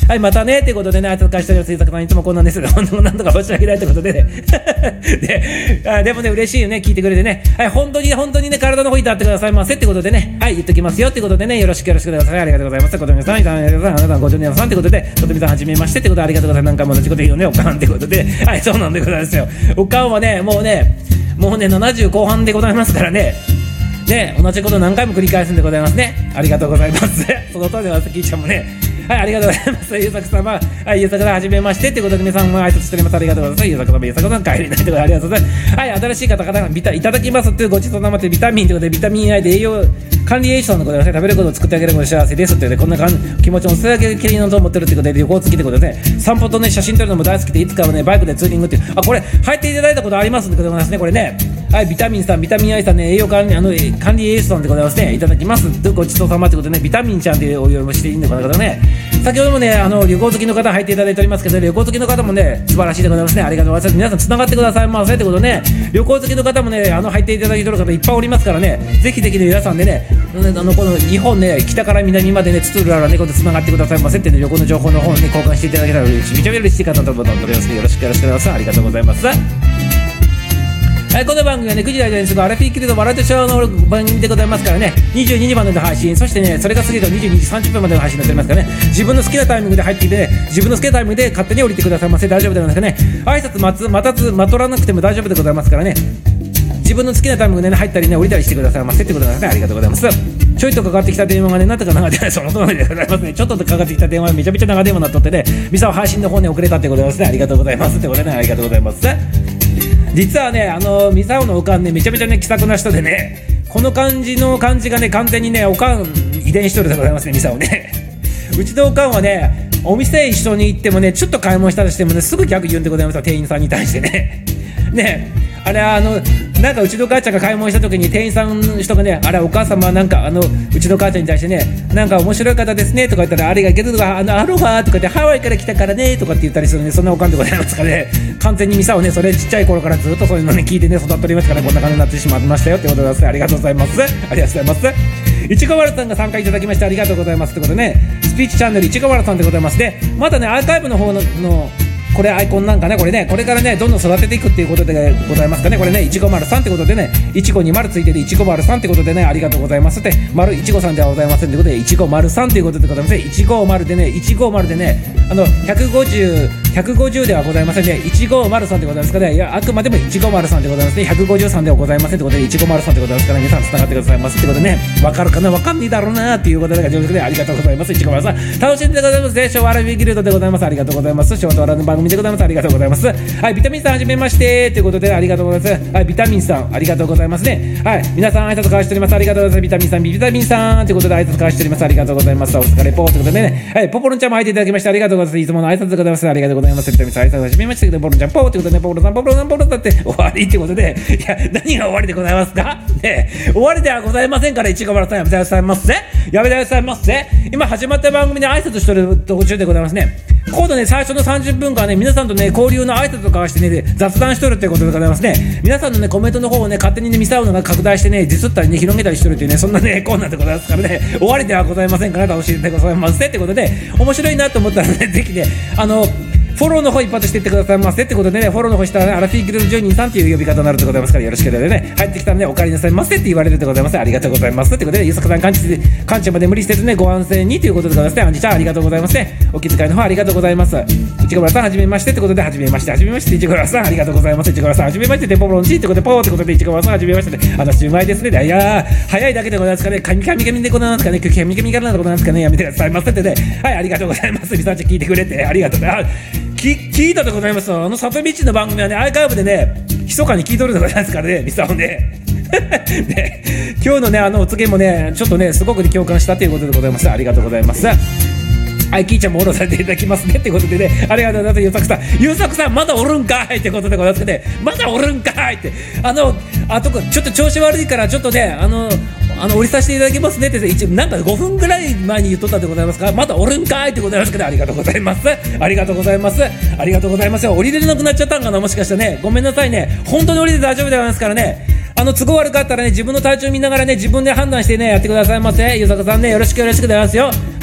はい、またねってことでね、挨拶返しております。ゆうさくさんいつもこんなんですよ。本当なんとか申し訳ないってことでね。で、あでもね、嬉しいよね、聞いてくれてね。はい、本当に本当にね、体の方に立ってくださいませってことでね、はい、言っときますよってことでね、よろしくよろしくください。ありがとうございます。ことみさん、いただきさん、あなたのごじゅうねんさんってことで、ことみさんはじめましてってことで、ありがとうございます。何回も同じこと言うよね、おかんってことで、はい、そうなんでございますよ。おかんはね、もうね、もうね、ななじゅう後半でございますからね。ね、同じこと何回も繰り返すんでございますね。ありがとうございます。その通りで、まさきちゃんもね、はい、ありがとうございます。ゆうさく様、はい、ゆうさくさんはじめましてってことで、皆さんも挨拶しております。ありがとうございます。ゆうさく様、ゆうさくさん、帰りないということで、ありがとうございます。はい、新しい方々がビタいただきますっていうごちそうさまでビタミンということで、ビタミン I で栄養管理栄養士さんのことで、食べることを作ってあげること幸せですっていうで、こんな気持ちを捨て上げるきりのと思ってるってことで、旅行好きってことで、ね、散歩とね、写真撮るのも大好きで、いつかはね、バイクでツーリングっていう、あ、これ、入っていただいたことありますってことでございますね、これね。はい、ビタミンさん、ビタミン I さんね、栄養管理、あの、管理栄養士さんでございますね。いただきます。ごちそうさまってことでね、ビタミンちゃんってお呼びしていいんでございますね。先ほどもね、あの、旅行好きの方入っていただいておりますけど、旅行好きの方もね、素晴らしいでございますね。ありがとうございます。皆さん繋がってくださいませってことね、旅行好きの方もね、あの、入っていただいている方いっぱいおりますからね、ぜひぜひね、皆さんでね、あの、この日本ね、北から南までね、つつらら猫で繋がってくださいませってね、旅行の情報の方にね、交換していただけたら嬉しい。めちゃめちゃ嬉しい方と思っております。よろしくよろしくお願いします。ありがとうございます。はい、この番組はね、くじ台ですが、アラフィーキルド笑ってショーの番組でございますからね、にじゅうにじまでの配信、そしてね、それが過ぎるとにじゅうにじさんじゅっぷんまでの配信になっておりますからね、自分の好きなタイミングで入っていて、ね、自分の好きなタイミングで勝手に降りてくださいませ。大丈夫でございますかね。挨拶待つ、待たず、待とらなくても大丈夫でございますからね、自分の好きなタイミングでね、入ったりね、降りたりしてくださいませってことなんですね。ありがとうございます。ちょいとかかってきた電話がね、なんとか長電話、その通りでございますね。ちょっとかかってきた電話がめちゃめちゃ長電話になっとってね、ミサを配信の方に遅れたってことですね。ありがとうございますってことでね、ありがとうございます。実はね、あのミサオのおかんね、めちゃめちゃね気さくな人でね、この感じの感じがね、完全にね、おかん遺伝しとるでございますね、ミサオね。うちのおかんはね、お店一緒に行ってもね、ちょっと買い物したとしてもね、すぐ逆言うんでございますよ、店員さんに対してね。ね、あれ、あのなんかうちの母ちゃんが買い物した時に店員さんの人がね、あれお母様なんかあのうちの母ちゃんに対してね、なんか面白い方ですねとか言ったら、あれがけどあのアロハとかでハワイから来たからねとかって言ったりするね、そんなおかんでございますからね、完全にミサをね、それちっちゃい頃からずっとそういうのね聞いてね育っておりますから、ね、こんな感じになってしまいましたよってことです。ありがとうございます。ありがとうございます。いちごまるさんが参加いただきましてありがとうございますってことでね、スピーチチャンネルいちごまるさんでございますね。まだねアーカイブの方ののこれアイコンなんかね、これね、これからねどんどん育てていくっていうことでございますかね。これねいちごまるさんってことでね、いちごに丸ついてていちごまるさんってことでね、ありがとうございますって丸いちごさんではございませんということでいちごまるさんということでございますね。いちごまるでね、いちごまるでね、あのひゃくごじゅう、ひゃくごじゅうではございませんね。いちごまるさんでございますかね。いや、あくまでもいちごまるさんでございますね。ひゃくごじゅうさんではございませんということでいちごまるさんでございますから、皆さんつながってくださいますってことでね、わかるかな、わかんないだろうなっていうことで上手でありがとうございます。いちごまるさん楽しんでございますね。昭和アラビーギルドでございます。ありがとうございます。昭和と笑うの番組でございます。ありがとうございます。はい、ビタミンさんはじめましてということでありがとうございます。はい、ビタミンさんありがとうございますね。はい、皆さん挨拶交わしております。ありがとうございます。ビタミンさん、ビタミンさんということで挨拶交わしております。ありがとうございます。お疲れポーということでね、はい、ポポロンちゃんも入っていただきましてありがとうございます。いつもの挨拶でございます。ありがとうございます。ビタミンさん挨拶はじめましてけど、ポポロンちゃんポーということでね、ポポロンさんポポロンさんポポロンさんって終わりってことで、いや何が終わりでございますかね、終わりではございませんから、いちごまるさんやめてくださいますね。やめてくださいますね。今始まった番組で挨拶してる途中でございますね。今度ね、最初のさんじゅっぷんかんね、皆さんとね交流の挨拶とかしてね雑談しとるってことでございますね。皆さんのねコメントの方をね勝手にねミサウのが拡大してねディスったりね広げたりしてるっていうね、そんなねコーナーでございますからね、終わりではございませんから、楽しんでございますねってことで、面白いなと思ったらね、ぜひねあのフォローの方一発していってくださいませってことでね、フォローの方したら、ね、アラフィーギルドじゅうにんさんという呼び方になるでございますから、よろしければね、入ってきたらね、お帰りなさいませって言われるでございます。ありがとうございますってことで、ゆうさくさん、かんち、かんちまで無理せずね、ご安静にということでございますね。あんじちゃん、ありがとうございますね。お気遣いの方ありがとうございます。いちごまるさん、はじめましてってことで、はじめまして、はじめまして、いちごまるさん、ありがとうございます。いちごまるさん、はじめまして、で、ポポロンチってことで、ポーってことで、いちごまるさん、はじめましてで、私、うまいですね。いやー、早いだけでございますかね、かみかみかみでございますかね、かみかみからなことなんですかね、やめてくださいませってね、はい、ありがとうございます。みさんち聞いてくれて、ありがとうございます。き聞いたでございます。あの里道の番組はねアーカイブでね密かに聞いとるでございますからね、ミサオねね、今日のねあのお告げもねちょっとねすごく、ね、共感したということでございます。ありがとうございます。はい、キーちゃんもフォローされていただきますねってことでね、ありがとうございます。ゆうさくさん、ゆうさくさんまだおるんかいってことでございますね。まだおるんかいって、あのあとちょっと調子悪いからちょっとねあのあの降りさせていただきますねって一応なんかごふんぐらい前に言っとったでございますから、まだおるんかいってございますけど、ありがとうございます。ありがとうございます。ありがとうございますよ。降りれなくなっちゃったんかな、もしかしてね。ごめんなさいね。本当に降りて大丈夫でございますからね。あの都合悪かったらね自分の体調見ながらね自分で判断してねやってくださいませ。ゆうさくさんねよろしくよろしくでございますよ。はい。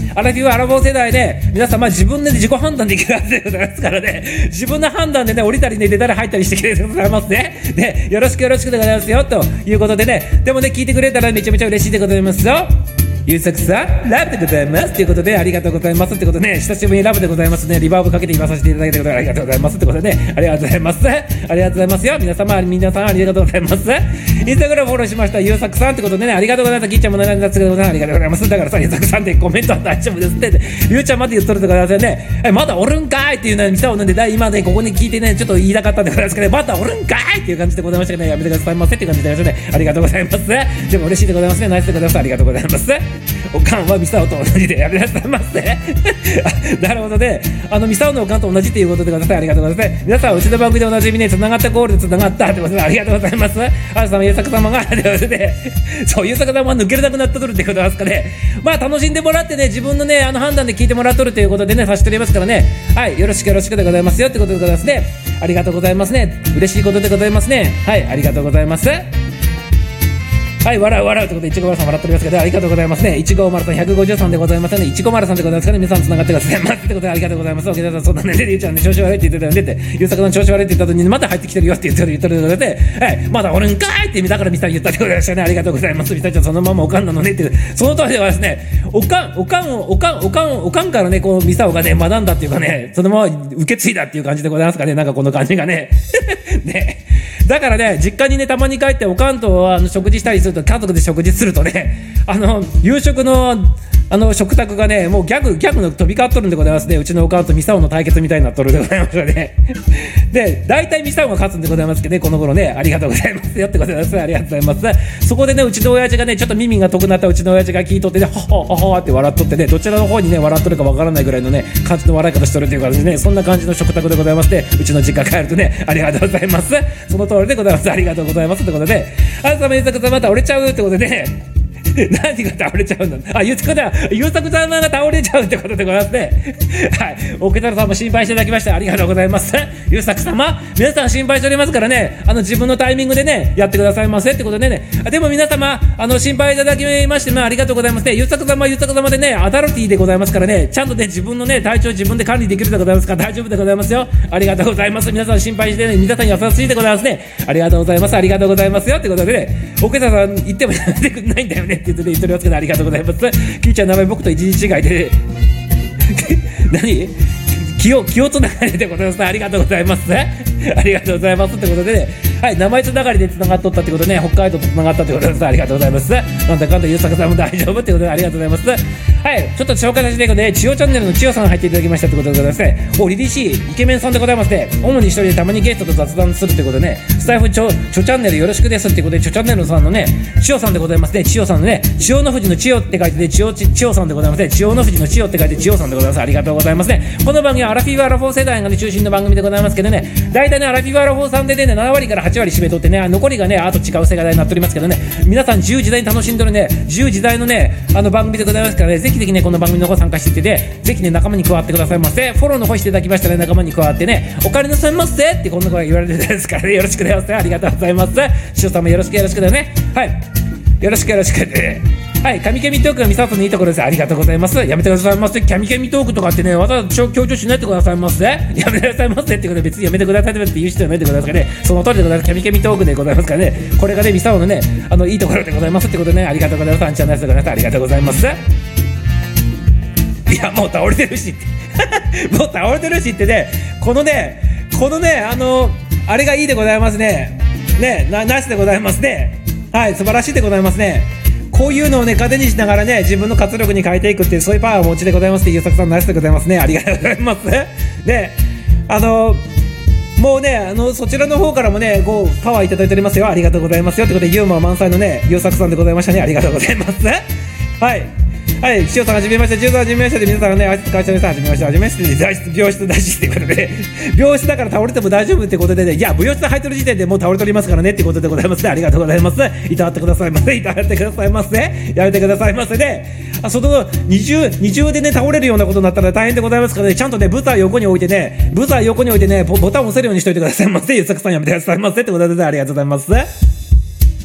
アラフィフアラフォー世代で皆さんまあ自分で自己判断できるはずでございますからね、自分の判断でね降りたりね出たり入ったりしてくれてございますね。ね、よろしくよろしくでございますよということでね、でもね聞いてくれたらめちゃめちゃ嬉しいでございますよ。ゆうさくさんラブでございますということで、ありがとうございますってことでね、久しぶりにラブでございますね、リバーブかけて言わさせていただいたことでありがとうございますってことでね、ありがとうございますありがとうございますよ。皆様皆さんありがとうございます。インスタグラムフォローしましたゆうさくさんってことでね、ありがとうございます。きっちゃんも並んだつけてありがとうございます。だからさ、ゆうさくさんってコメントは大丈夫ですってゆうちゃんまで言っとるとかですね、えまだおるんかいっていうのはミサを飲んで今ねここに聞いてねちょっと言いたかったんでございますけど、まだおるんかいっていう感じでございましたけどね、やめてくださいませっていう感じでございますね。ありがとうございます。でも嬉しいでございますね。ナイスでございます。ありがとうございます。おかんはミサオと同じでやめなさいませなるほどね、あのミサオのおかんと同じということでございます。ありがとうございます。皆さんうちの番組でおなじみね、つながったゴールでつながったってことでありがとうございます。あるさんゆうさく様がでそうゆうさく様は抜けれなくなっとるってことなんですかね。まあ楽しんでもらってね、自分のねあの判断で聞いてもらっとるということでねさせておりますからね、はいよろしくよろしくでございますよってことでございますね。ありがとうございますね。嬉しいことでございますね。はいありがとうございます。はい笑う笑うということでいちごまるさん笑っておりますけど、ありがとうございますね。いちごまるさんひゃくごじゅうさんでございますね。いちごまるさんでございますから、ね、皆さんつながってくださいませってことでありがとうございます。おけさんそんなねゆうちゃんね調子悪いって言ってたよねってゆうさくの調子悪いって言ったのにまた入ってきてるよって言ってる言ってるので、はい、まだおるんかいってだからミサに言ったってことでしたね。ありがとうございます。ミサちゃんそのままおかんなのねってその通りではですね、おかんおかんをおかんおかんおかんからねこうミサオがね学んだっていうかね、そのまま受け継いだっていう感じでございますかね。なんかこの感じがねねだからね実家にねたまに帰っておかんとあの食事したりすると、家族で食事するとね、あの夕食のあの食卓がねもうギャグギャグの飛び交っとるんでございますね。うちのおかんとミサオの対決みたいになっとるでございましたねで大体ミサオが勝つんでございますけどね、この頃ねありがとうございますよってことでございます。ありがとうございます。そこでねうちの親父がねちょっと耳が遠くなったうちの親父が聞いとってねははははって笑っとってね、どちらの方にね笑っとるかわからないぐらいのね感じの笑い方しとるっていう感じでね、そんな感じの食卓でございまして、うちの実家帰るとねありがとうございます。その通りでございます。ありがとうございますってことで、あずさまゆうさくさんまた折れちゃうってことでね何が倒れちゃうんだ。あ、ゆうさくさん、ゆうさくさんが倒れちゃうってことでございますね。はい、おけたらさんも心配していただきましてありがとうございます。ゆうさく様、皆さん心配しておりますからね、あの自分のタイミングでねやってくださいませってことでね。でも皆様あの心配いただきましてまあありがとうございますね。ゆうさく様ゆうさく様でねアダルティでございますからね、ちゃんとね自分のね体調自分で管理できるでございますから大丈夫でございますよ。ありがとうございます。皆さん心配してね、皆さん優しいでございますね。ありがとうございます。ありがとうございますよってことでね、おけたさん言ってもやめてくれないんだよねって言ってね言っておりますけど、ありがとうございます。キーちゃん名前僕と一日違いで何気を気をつながりでございます。ありがとうございますありがとうございますってことでね、はい名前つながりでつながっとったってことでね、北海道とつながったってことです。ありがとうございます。なんだかんだゆうさくさんも大丈夫ってことでありがとうございます。はい、ちょっと紹介させていただくので、千代チャンネルの千代さん入っていただきましたってことでございますね。お、リリーシーイケメンさんでございますね。主に一人でたまにゲストと雑談するってことでね、スタイフちょ、ちょチャンネルよろしくですってことで、ちょチャンネルさんのね、千代さんでございますね。千代さんのね、千代の富士の千代って書いてね、千代、千代さんでございますね。千代の富士の千代って書いて千代さんでございます。ありがとうございますね。この番組はアラフィフアラフォー世代がね、中心の番組でございますけどね、大体ね、アラフィフアラフォーさんでね、ななわりからはちわり占めとってね、残りがね、あと違う世代になっておりますけどね、皆さん自由自在に楽しんでるね、自由自在のね、あの番組でございますからね、ぜひぜひね、この番組の方参加していってね、ぜひね、仲間に加わってくださいませ。フォローの方していただきましたら、ね、仲間に加わってね、お金のさんませってこんな声言われてるんですからね、よろしくです。ありがとうございます。師匠さんもよろしくよろしくだよね。はい。よろしくよろしくで。はい、神ケミトークがミサトのいいところです。ありがとうございます。やめてくださいませ。神ケミトークとかってね、わざわざ強調しないでくださいませ。やめてくださいませってことで、別にやめてくださいって言う人はやめてくださいね。その通りでございます。神ケミトークでございますからね。これがね、ミサオのね、あのいいところでございますってことでね、ありがとうございます。アンチャンナイスでございます。ありがとうございます。いや、もう倒れてるしってもう倒れてるしってね、このね、このね、あのあれがいいでございますね。ね、なナイスでございますね。はい、素晴らしいでございますね。こういうのをね糧にしながらね、自分の活力に変えていくっていう、そういうパワーをお持ちでございますって、ゆうさくさんナイスでございますね。ありがとうございますね。あのもうね、あのそちらの方からもね、こうパワーいただいておりますよ。ありがとうございますよってことで、ユーモア満載のね、ゆうさくさんでございましたね。ありがとうございますはいはい、塩さんはじめまして、ジューさんはじめましてで、皆さんね、挨拶会社の皆さんはじめまして、はじめましてで、大室、病室大事ってことで、病室だから倒れても大丈夫ってことでね、いや、病室入ってる時点でもう倒れておりますからねってことでございますね。ありがとうございます。いたわってくださいませ。いたわってくださいませ。やめてくださいませね。あ、その二重、二重でね、倒れるようなことになったら大変でございますからね、ちゃんとね、ブザー横に置いてね、ブザー横に置いてね、ボタンを押せるようにしといてくださいませ。ゆうさくさんやめてくださいませってことで、ありがとうございます。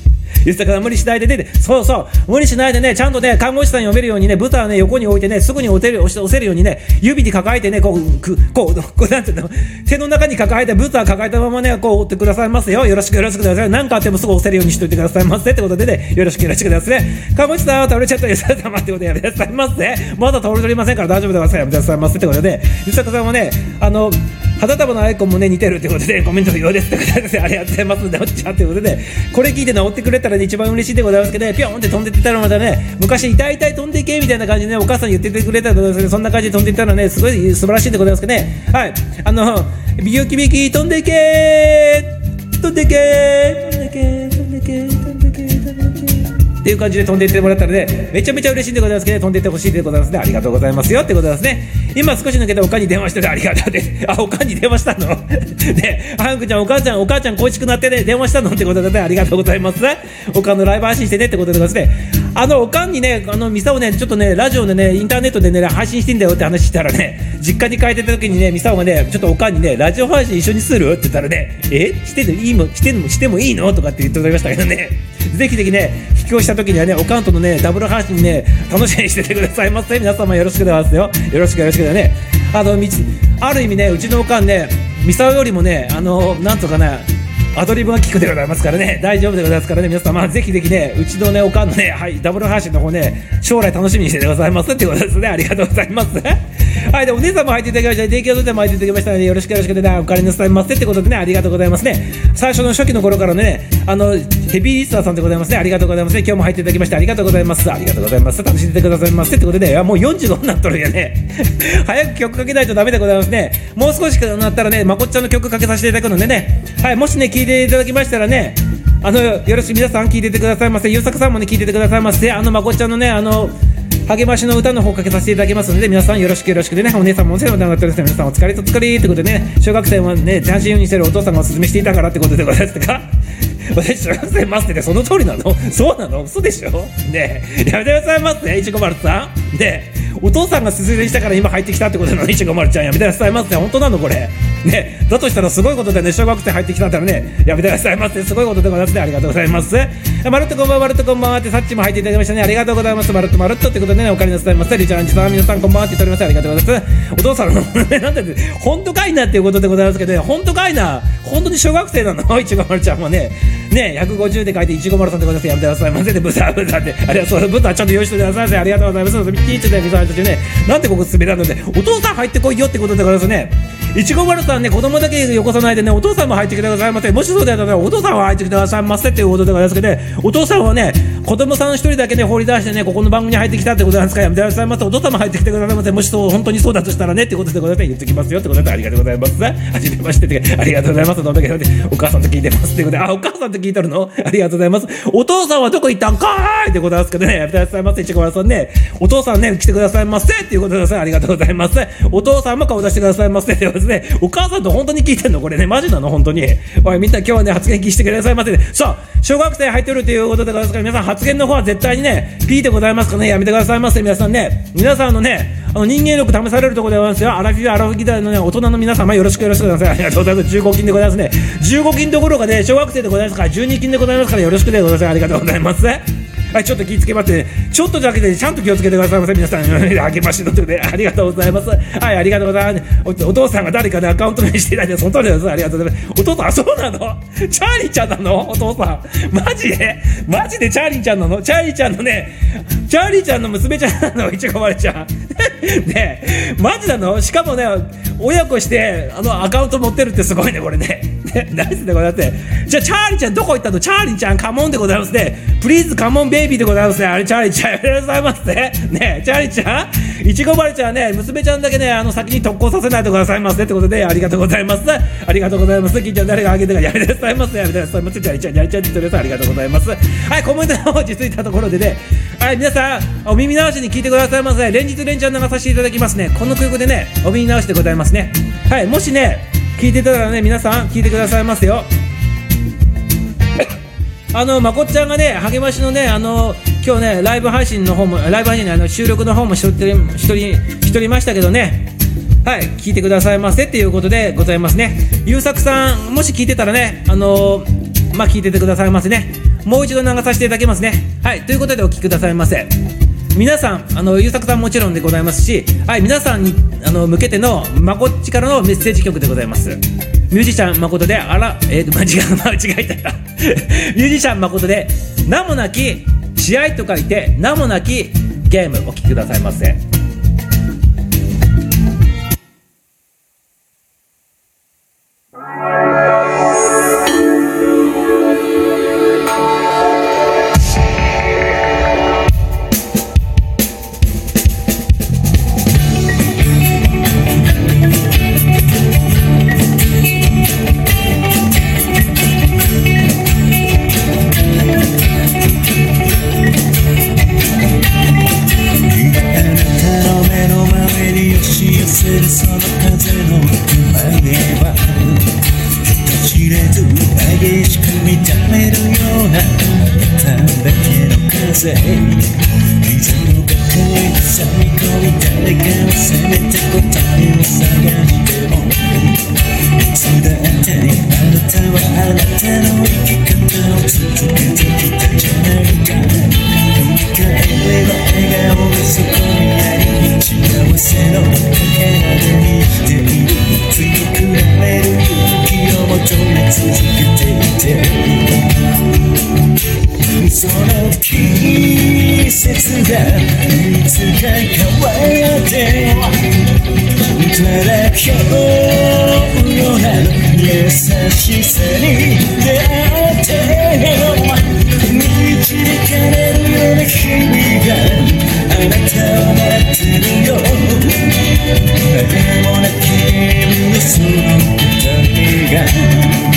ゆうさくさん無理しないでね、そうそう、無理しないでね、ちゃんとね、看護師さん読めるようにね、ブザーね、横に置いてね、すぐに押せる、押し押せるようにね、指に抱えてね、こう、くこう、こうなんていうの、手の中に抱えて、ブザー抱えたままね、こう折ってくださいますよ。よろしくよろしくください。何かあってもすぐ押せるようにしといてくださいませってことでね、よろしくよろしくくださいね。看護師さん、倒れちゃったゆうさくさんってことでやめてくださいませ。まだ倒れておりませんから大丈夫でございます。やめてくださいませってことで、ゆうさくさんはね、あの、肌束のアイコンもね似てるってことでコメント不要ですってことで、ありがとうございますんでおっちゃんということで、これ聞いて治ってくれたら、ね、一番嬉しいでございますけどね、ピョンって飛んでってたらまたね、昔痛い痛い飛んでいけみたいな感じでね、お母さん言っててくれたらですね、そんな感じで飛んでいったらね、すごい素晴らしいでございますけどね。はい、あのビヨキビキ飛んでいけ飛んでいけ飛んでいけ飛んでいけ飛んでいけ飛んでいけっていう感じで飛んでいってもらったらね、めちゃめちゃ嬉しいんでございますけどね、飛んでいってほしいでございますね。ありがとうございますよってことですね。今少し抜けておかんに電話しててありがとうで、あ、おかんに電話したので、はんくちゃんお母ちゃんお母ちゃん恋しくなってね電話したのってことでね、ありがとうございます。おかんのライブ配信してねってことでございますね。あのおかんにね、あのミサをねちょっとねラジオでねインターネットでね配信してんだよって話したらね、実家に帰ってた時にねミサオがねちょっとおかんにねラジオ配信一緒にするって言ったらね、えしてもいいのしてもしてもいいのとかって言っておりましたけどね、ぜひぜひね帰郷した時にはねおかんとのねダブル配信ね楽しみにしててくださいませ。皆様よろしくでございますよ。よろしくよろしくだね。あのみある意味ねうちのおかんねミサオよりもねあのなんとかなアドリブが効くでございますからね、大丈夫でございますからね、皆様ぜひぜひねうちのねおかんのね、はい、ダブル配信の方ね将来楽しみにしててございますってことですね。ありがとうございますはい、でお姉さんも入っていただきましたね、提供でも入っていただきましたのでよろしくよろしくでねお借りなさいませってことでね、ありがとうございますね。最初の初期の頃からねあのヘビーリスナーさんでございますね、ありがとうございますね。今日も入っていただきましてありがとうございます。ありがとうございます。楽しんでてくださいませってことでね、いやもうよんじゅうごになっとるんやね早く曲かけないとダメでございますね。もう少しなったらねまこっちゃんの曲かけさせていただくのでね、はい、もしね聞いていただきましたらね、あのよろしく皆さん聞いててくださいませ。ゆうさくさんもね聞いててくださいませ。あのまこっちゃんのねあの励ましの歌の方かけさせていただきますので、皆さんよろしくよろしくでね、お姉さんもお世話になっております。皆さんお疲れとお疲れってことでね、小学生はね単身赴任してるお父さんがお勧めしていたからってことでございますか私小学生ますってね、その通りなの？そうなの？嘘でしょねえ、やめてくださいませね、いちごまるさんねえ、お父さんが勧めしたから今入ってきたってことなの？いちごまるちゃんやめてくださいませ。本当なのこれねえ、だとしたらすごいことでね、小学生入ってきたんだらね、やめてくださいませ。すごいことでございますね。ありがとうございます。まるっとこんばんは、まるっとこんばんはってさっちも入っていただきましたね、ありがとうございます。まるっとまるっとってことでね、お借りなさいませ。リチャランチさん、皆さんこんばんはって言っております。ありがとうございます。お父さんのなんだって本当かいなっていうことでございますけどね、本当かいな、本当に小学生なのいちごまるちゃんもねねひゃくごじゅうで書いていちごまるさんでございます。やめてくださいませで、ブザーブザーってありがとう、ブザーちゃんと用意してくださいませ。ありがとうございます。ミッキーってねブザー途中ね、なんでここ滑らんので、お父さん入ってこいよってことでございますね。いちごまるさんね、子供だけよこさないでね、お父さんも入ってきてくださいませ。もしそうであればね、お父さんは入ってきてくださいませっていうことでございますけどね、お父さんはね、子供さん一人だけね、放り出してね、ここの番組に入ってきたってことなんですから、やめてくださいませ。お父さんも入ってきてくださいませ。もしそう、本当にそうだとしたらね、ってことでございます言ってきますよってことで、ありがとうございます。はじめましてって、ありがとうございます。どんだけお母さんと聞いてますってことで、あ、お母さんと聞いてるの？ありがとうございます。お父さんはどこ行ったんかーいってことなんですけどね、やめてくださいませ。いちごまるさんね、お父さんね、来てくださいませっていうことでございます。ありがとうございます。お父さんも顔出してくださいませってことですね。お母さんと本当に聞いてんのこれね、マジなの本当に。おい、みんな今日はね、発言聞いてくださいませ、ね。さあ、小学生入ってるということでございますから、皆さん発言の方は絶対にね、ピーでございますからね、やめてくださいませ。皆さんね、皆さんのね、あの人間力試されるところでございますよ。アラフィフアラフィフ代のね、大人の皆様よろしくよろしくください。ありがとうございます。じゅうごきんでございますね。じゅうごきんどころかね、小学生でございますから、じゅうにきんでございますから、よろしくでございます。ありがとうございます。はい、ちょっと気をつけまって、ね、ちょっとだけでちゃんと気をつけてくださいませ。皆さん、あげましのということで、ありがとうございます。はい、ありがとうございます。お, お父さんが誰かでアカウント名していないで、その通りです。ありがとうございます。お父さん、そうなの？チャーリーちゃんなの？お父さん。マジでマジでチャーリーちゃんなの？チャーリーちゃんのね、チャーリーちゃんの娘ちゃんなの？いちごまるちゃん。ねえ、マジなの？しかもね、親子してあのアカウント持ってるってすごいね、これね。ね、ナイスでございますね。じゃあチャーリーちゃんどこ行ったの？チャーリーちゃんカモンでございますね。プリーズカモンベイビーでございますね。あれチャーリーちゃんやめてくださいませ。ね、チャーリーちゃん、いちごまるちゃんね、娘ちゃんだけね、あの先に特攻させないでくださいませってことで、ありがとうございます。ありがとうございます。金ちゃん誰があげてかやめてくださいませ。やめてくださいませ。チャーリーちゃん、チャーリーちゃんって言ってください。ありがとうございます。はい、コメントの方落ち着いたところでね、はい、皆さんお耳直しに聞いてくださいませ。連日連チャン流させていただきますね。この曲でね、お耳直しでございますね。はい、もしね聞いてたらね、皆さん聞いてくださいますよ。あのまこっちゃんがね、励ましのね、あの今日ねライブ配信の方もライブ配信のあの収録の方もしとりしとりしとりましたけどね、はい、聞いてくださいませっていうことでございますね。ゆうさくさんもし聞いてたらね、あのまあ聞いててくださいませね。 もう一度流させていただきますね。はい、ということでお聴きくださいませ。皆さん、あの優作さんもちろんでございますし、はい、皆さんにあの向けてのまこっちからのメッセージ曲でございます。ミュージシャン誠であらえー、間違え間違えたミュージシャン誠で名もなき試合と書いて名もなきゲーム、お聴きくださいませ。 その風の前では人知れず激しく見た目るようなあなただけの風、水の中へ挟み込み誰かを責めた答えを探してもいつだってあなたはあなたの生き方を続けてきたじゃないか。振り返れば笑顔がそこにあり幸せのかけらで見ている強くなれる勇気を求め続けていて、その季節がいつか変わってただ今日の優しさに出会って導かれるような日々があなたを待ってるよ。誰もなき君のその二人が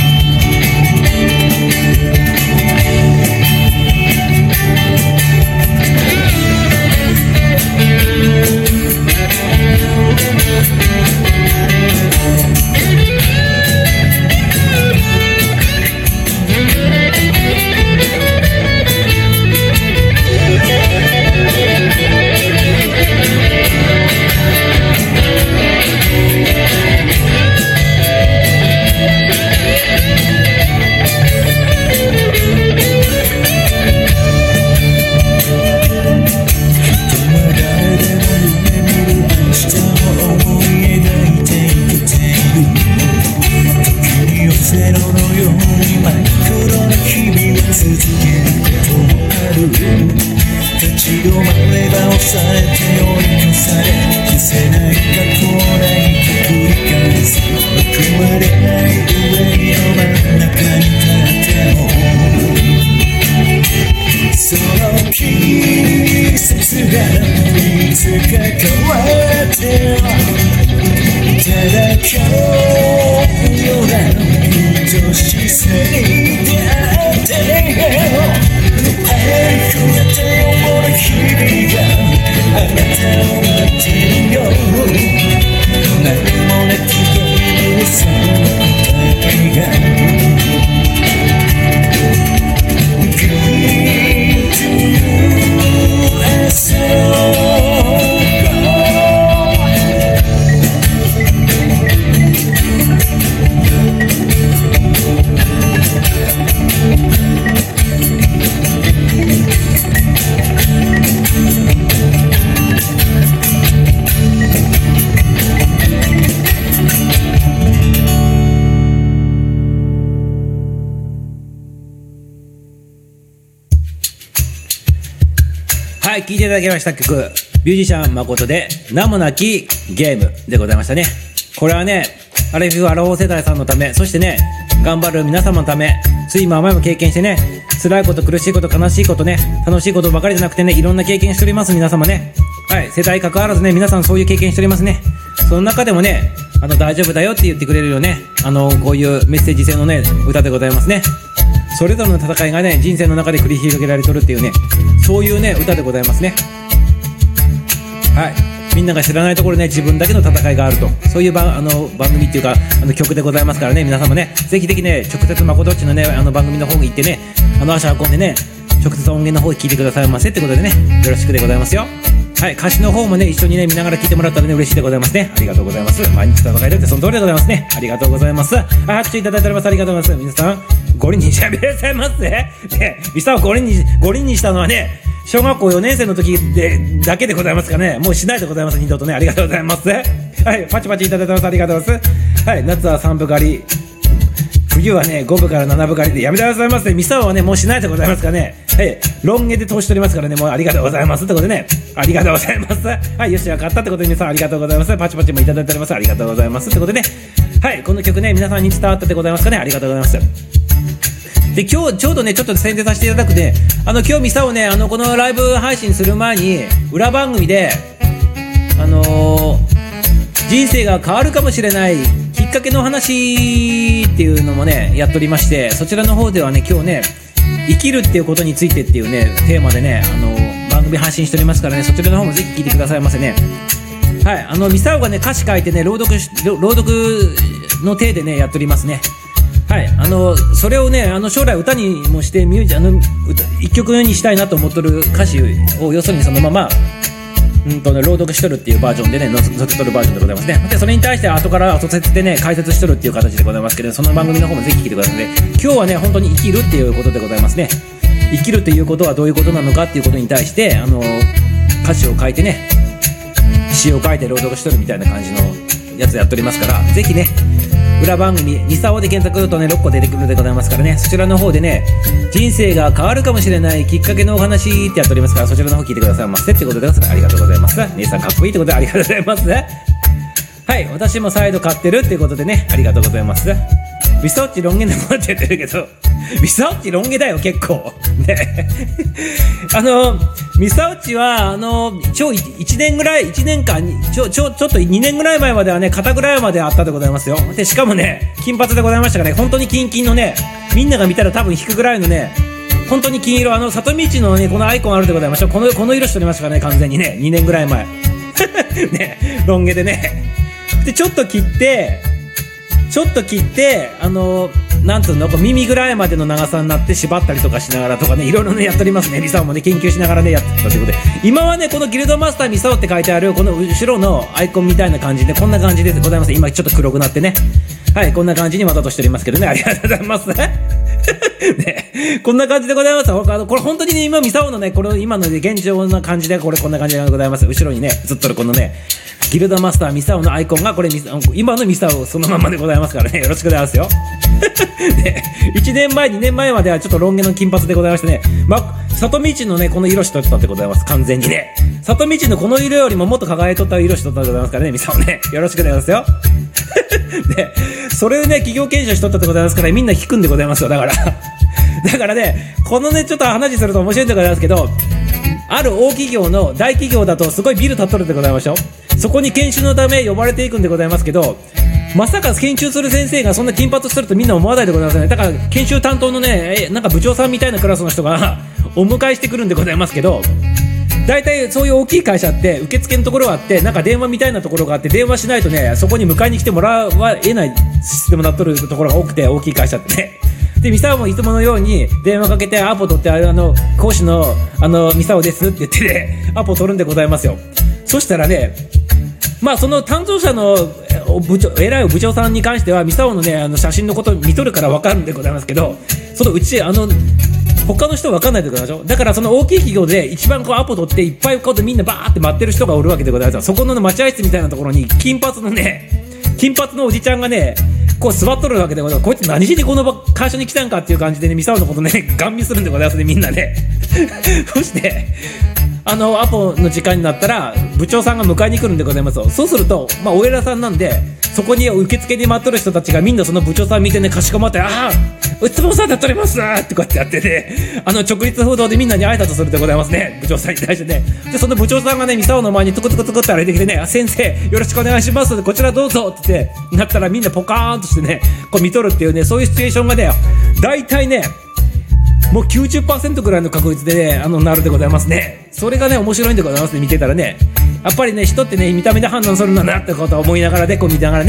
はい、聴いていただきました曲、ミュージシャン誠で名もなきゲームでございましたね。これはね、アラフィフアラフォー世代さんのため、そしてね、頑張る皆様のため、つい今前も経験してね、辛いこと、苦しいこと、悲しいことね、楽しいことばかりじゃなくてね、いろんな経験しております皆様ね。はい、世代関わらずね、皆さんそういう経験しておりますね。その中でもね、あの大丈夫だよって言ってくれるよね、あのこういうメッセージ性のね歌でございますね。それぞれの戦いがね、人生の中で繰り広げられとるっていうね、そういうね歌でございますね。はい、みんなが知らないところね、自分だけの戦いがあると、そういう番あの番組っていうかあの曲でございますからね、皆様ね、ぜひぜひね、直接まことっちのねあの番組の方に行ってね、あの足運んでね、直接音源の方に聞いてくださいませってことでね、よろしくでございますよ。 はい、歌詞の方もね一緒にね見ながら聞いてもらったらね嬉しいでございますね。ありがとうございます。毎日戦いだってその通りでございますね。ありがとうございます。あ、拍手いただいております。ありがとうございます。皆さんご輪にしゃべらせますね。ね、ミサをご輪にご輪にしたのはね小学校よねん生の時でだけでございますかね。もうしないでございます。二度とね。ありがとうございます。はい、パチパチいただいてます。ありがとうございます。はい、夏は三分狩り、冬はねごぶからななぶ狩りでやめてくださいませ。ミサはねもうしないでございますかね。はい、ロン毛で通し取りますからね。もうありがとうございますってことでね、ありがとうございます。はい、よし、わかったってことで皆さんありがとうございます。パチパチもいただいております。ありがとうございますってことでね、はい、この曲ね皆さんに伝わったでございますかね。ありがとうございます。で、今日ちょうどねちょっと宣伝させていただくね、あの今日ミサをねあのこのライブ配信する前に裏番組であのー、人生が変わるかもしれないきっかけの話っていうのもねやっておりまして、そちらの方ではね今日ね生きるっていうことについてっていうねテーマでねあの番組配信しておりますからね、そちらの方もぜひ聞いてくださいませね。はい、あのミサオがね歌詞書いてね朗読し朗読の体でねやっておりますね。はい、あのそれをねあの将来歌にもしてミュージあの一曲にしたいなと思っとる歌詞を要するにそのままうんとね、朗読しとるっていうバージョンでね載せとるバージョンでございますね。でそれに対して後から後説でね解説しとるっていう形でございますけど、その番組の方もぜひ聞いてくださいね。今日はね本当に生きるっていうことでございますね。生きるっていうことはどういうことなのかっていうことに対してあの歌詞を書いてね詩を書いて朗読しとるみたいな感じのやつやっておりますから、ぜひね裏番組ミサオで検索するとねろっこ出てくるでございますからね、そちらの方でね人生が変わるかもしれないきっかけのお話ってやっておりますから、そちらの方聞いてくださいませってことでありがとうございます。姉さんかっこいいってことでありがとうございます。はい、私も再度買ってるっていうことでねありがとうございます。ミサオッチロン毛でもって言ってるけどミサオッチロン毛だよ結構ねあのミサオッチはあの超いちねんぐらいいちねんかんちょちょちょっとにねんぐらい前まではね肩ぐらいまであったでございますよ。でしかもね金髪でございましたからね、本当にキンキンのねみんなが見たら多分引くぐらいのね本当に金色、あの里道のねこのアイコンあるでございました。このこの色しておりましたからね完全にねにねんぐらい前ねロン毛でねでちょっと切ってちょっと切ってあのなんつうの耳ぐらいまでの長さになって縛ったりとかしながらとかねいろいろねやっておりますね。ミサオもね研究しながらねやってたということで、今はねこのギルドマスターミサオって書いてあるこの後ろのアイコンみたいな感じでこんな感じでございます。今ちょっと黒くなってね、はいこんな感じにわざとしておりますけどね、ありがとうございますね、こんな感じでございます。あのこれ本当にね今ミサオのねこれ今の、ね、現状な感じでこれこんな感じでございます。後ろにねずっとこのねギルドマスターミサオのアイコンがこれ今のミサオそのままでございますからね、よろしくございますよね、いちねんまえにねんまえまではちょっとロン毛の金髪でございましてね、ま、里道のねこの色しとったってございます。完全にね里道のこの色よりももっと輝いとった色しとったでございますからね、ミサオねよろしくございますよでそれをね企業検証しとったでございますから、みんな引くんでございますよ。だからだからねこのねちょっと話すると面白いんでございますけど、ある大企業の大企業だとすごいビル建っとるでございましょ。そこに研修のため呼ばれていくんでございますけど、まさか研修する先生がそんな金髪してるとみんな思わないでございますね。だから研修担当のねえなんか部長さんみたいなクラスの人がお迎えしてくるんでございますけど、大体そういう大きい会社って受付のところがあってなんか電話みたいなところがあって、電話しないとねそこに迎えに来てもらわえないシステムになっとるところが多くて、大きい会社ってね。でミサオもいつものように電話かけてアポ取って、あの講師のあのミサオですって言ってねアポ取るんでございますよ。そしたらねまあその担当者の部長偉い部長さんに関してはミサオのねあの写真のこと見とるから分かるんでございますけど、そのうちあの他の人は分かんないでございましょ。だからその大きい企業で一番こうアポ取っていっぱいこうみんなバーって待ってる人がおるわけでございます。そこの待合室みたいなところに金髪のね金髪のおじちゃんがねこう座っとるわけでございます。こいつ何しにこの会社に来たんかっていう感じでねミサオのことねガン見するんでございますねみんなねそしてあのアポの時間になったら部長さんが迎えに来るんでございます。そうするとまあお偉さんなんでそこに受付に待っとる人たちがみんなその部長さん見てねかしこまって、ああうつぼさんで取れますってこうやってやってね、あの直立不動でみんなに挨拶するでございますね、部長さんに対してね。でその部長さんがねミサオの前にトコトコトコって歩いてきてね、あ先生よろしくお願いしますこちらどうぞって言ってなったら、みんなポカーンとしてねこう見とるっていうね、そういうシチュエーションがね大体ねもう きゅうじゅっパーセント くらいの確率でねあのなるでございますね。それがね面白いんでございますね、見てたらね。やっぱりね人ってね見た目で判断するんだなってことを思いながらでこう見ながらね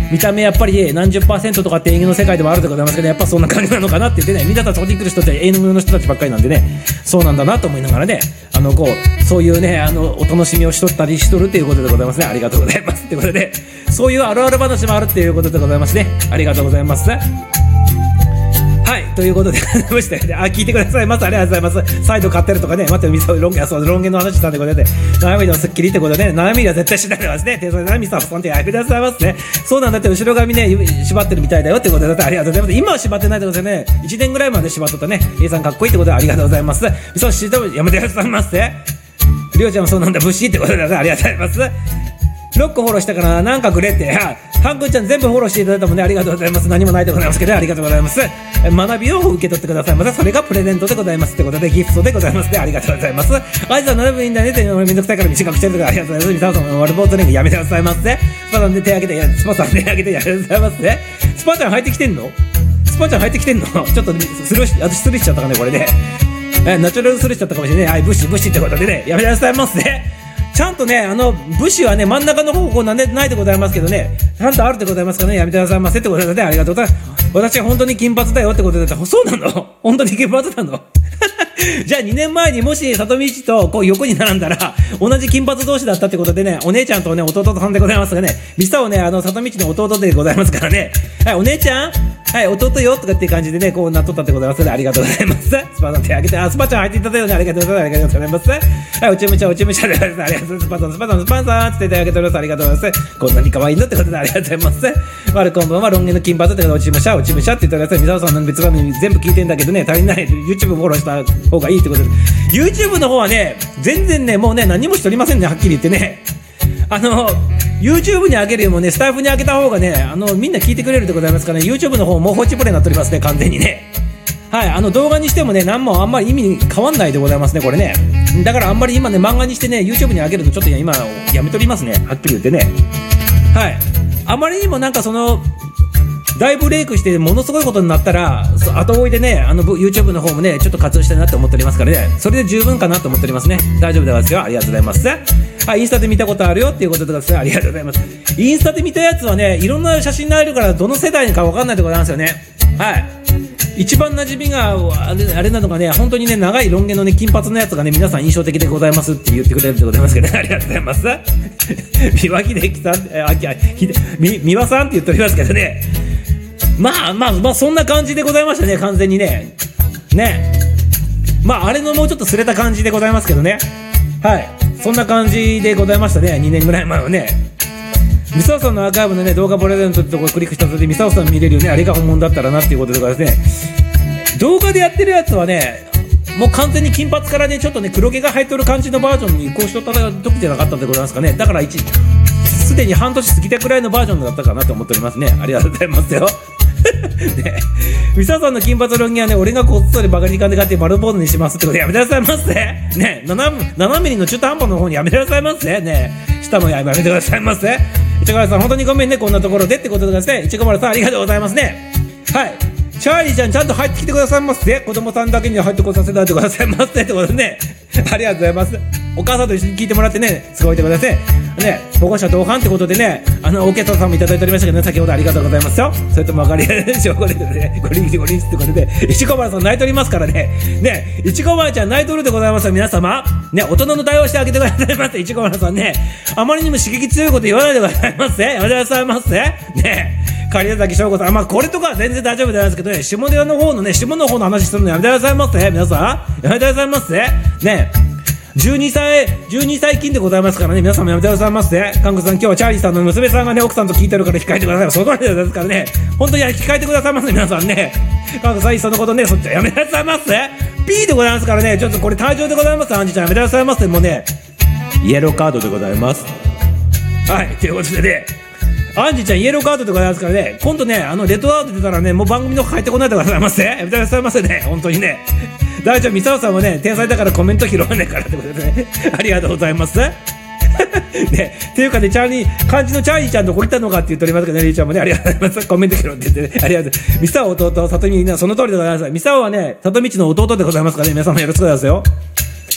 見た目やっぱり何十パーセントとかって営業の世界でもあるでございますけど、やっぱそんな感じなのかなって言ってね、皆さんそこに来る人って営業の人たちばっかりなんでね、そうなんだなと思いながらね、あのこうそういうね、あのお楽しみをしとったりしとるということでございますね。ありがとうございますということで、そういうあるある話もあるっていうことでございますね。ありがとうございます。はい、ということでございまして、あ、聞いてくださいます。ありがとうございます。サイド買ってるとかね、待って、ミサオロン毛、そう、ロン毛の話したんで、これで、ななミリのスッキリってことでね、ななミリは絶対しないでますね。で、それなミサオさんってやめてくださいますね。そうなんだって、後ろ髪ね、縛ってるみたいだよってことで、ありがとうございます。今は縛ってないってことでね、いちねんぐらいまで縛っとったね、A さんかっこいいってことで、ありがとうございます。ミサオしてもやめてくださいますね。りょうちゃんもそうなんだ、ブッシーってことで、ありがとうございます。ろっこフォローしたからなんかくれって、ハンくんちゃん全部フォローしていただいたもんね、ありがとうございます。何もないでございますけど、ありがとうございます。学びを受け取ってくださいませ。それがプレゼントでございますってことで、ギフトでございますね。ありがとうございます。あいつはななぶんいいんだねって、めんどくさいから短くしてるとか、ありがとうございます。ミサオさん、ワルボートレーニングやめてくださいませ。スパさんで手挙げて、スパさんで手挙げてやめてくださいませ。スパちゃん入ってきてんのスパちゃん入ってきてんのちょっとスルーし、あとスルーしちゃったかね、これで。ナチュラルスルーしちゃったかもしれない。はい、ブッシュ、ブッシュってことでね、やめてくださいませ。ちゃんとね、あの武士はね、真ん中の方向なんでないでございますけどね、ちゃんとあるでございますからね、やめてくださいませってことでね、ありがとうございます。私は本当に金髪だよってことで、そうなの本当に金髪なのじゃあにねんまえにもし里道とこう横に並んだら同じ金髪同士だったってことでね、お姉ちゃんとね弟さんでございますがね、ミサをね、あの里道の弟でございますからね、はい、お姉ちゃん、はい、弟よとかっていう感じでね、こうなっとったってございますので、ありがとうございます。スパさん手挙げて、あ、スパちゃん入っていただいたよね、ありがとうございます。ありがとうございます。はい、おちむちゃんおちむちゃんでございます。ありがとうございます。スパさんスパさんスパさんって手挙げております。ありがとうございます。こんなに可愛いのってことでありがとうございます。ワルコンバンはロン毛の金髪ってことで、おちむしゃおちむしゃって言ってください。ミサオさんの別番組全部聞いてんだけどね、足りない YouTube フォローした方がいいってことで、 YouTube の方はね、全然ね、もうね、何もしておりませんね、はっきり言ってね。あの YouTube に上げるよりもね、スタイフに上げた方がね、あのみんな聞いてくれるでございますからね、 YouTube の方もう放置プレイになっておりますね、完全にね。はい、あの動画にしてもね、何もあんまり意味変わんないでございますね、これね。だからあんまり今ね、漫画にしてね YouTube に上げるのちょっと今やめとりますね、はっきり言ってね。はい、あまりにもなんかその大ブレイクしてものすごいことになったら、後追いでね、あの YouTube の方もね、ちょっと活用したいなって思っておりますからね、それで十分かなと思っておりますね。大丈夫でございますよ、ありがとうございます。はい、インスタで見たことあるよっていうことでございます。ありがとうございます。インスタで見たやつはね、いろんな写真があるからどの世代か分かんないでございますよね。はい、一番馴染みがあれ、あれなのがね、本当にね、長いロン毛のね、金髪のやつがね、皆さん印象的でございますって言ってくれるでございますけどね、ありがとうございます。三輪秀樹さん、あ、ひみ、三輪さんって言っておりますけどね、まあまあまあそんな感じでございましたね、完全にね。ね。まああれのもうちょっとすれた感じでございますけどね。はい。そんな感じでございましたね、にねんぐらい前はね。ミサオさんのアーカイブのね、動画プレゼントってところをクリックしたので、ミサオさん見れるよね、あれが本物だったらなっていうことでございますね。動画でやってるやつはね、もう完全に金髪からね、ちょっとね、黒毛が入っとる感じのバージョンに移行しとった時じゃなかったんでございますかね。だから一、すでに半年過ぎたくらいのバージョンだったかなと思っておりますね。ありがとうございますよ。ね、ミサさんの金髪ロン毛はね、俺がこっそりバカリカンで買って丸坊主にしますってことでやめてくださいませね。 ななミリの中途半端の方にやめてくださいませね。下もやめてくださいませ。いちごまるさん本当にごめんね、こんなところでってことでですね。いちごまるさんありがとうございますね。はい、チャーリーちゃんちゃんと入ってきてくださいませ。子供さんだけには入ってこさせないでくださいませってことでね。ありがとうございます。お母さんと一緒に聞いてもらってね、すごいでくださいね。保護者同伴ってことでね、あのオーケストラさんもいただいておりましたけどね、先ほどありがとうございますよ。それとも分かりやすい証拠でね、ご臨時ご臨時ってことで、いちごまるさん泣いておりますからね。ね、いちごまるちゃん泣いとるでございますよ、皆様。ね、大人の対応してあげてくださいませ。いちごまるさんね、あまりにも刺激強いこと言わないでくださいませ。やめてくださいませ。ね。狩矢崎翔子さん、まあこれとかは全然大丈夫なんですけどね、下田の方のね、下の方の話するのやめてくださいませ。皆さん、やめてくださいませ。ね。じゅうにさい、じゅうにさい金でございますからね、皆さんもやめてくださいませ。カンクさん、今日はチャーリーさんの娘さんがね、奥さんと聞いてるから控えてください。そこまでですからね、本当に控えてくださいませ、皆さんね。カンクさん、いっそのことね、そっちはやめてくださいませ。P でございますからね、ちょっとこれ退場でございます。アンジちゃんやめてくださいませ。もうね、イエローカードでございます。はい、ということでね、アンジちゃんイエローカードでございますからね、今度ね、あのレッドアウト出たらね、もう番組の方入ってこないでくださいませ。やめてくださいませね、本当にね。大丈夫、ミサオさんもね、天才だからコメント拾わないからってことでね、ありがとうございます。ね、っていうかね、チャーリー、漢字のチャーリーちゃんどこ行ったのかって言っておりますけどね、リーちゃんもね、ありがとうございます。コメント拾って言ってね、ありがとう。ミサオ弟、里見、その通りでございます。ミサオはね、里道の弟でございますからね、皆様よろしくお願いしますよ。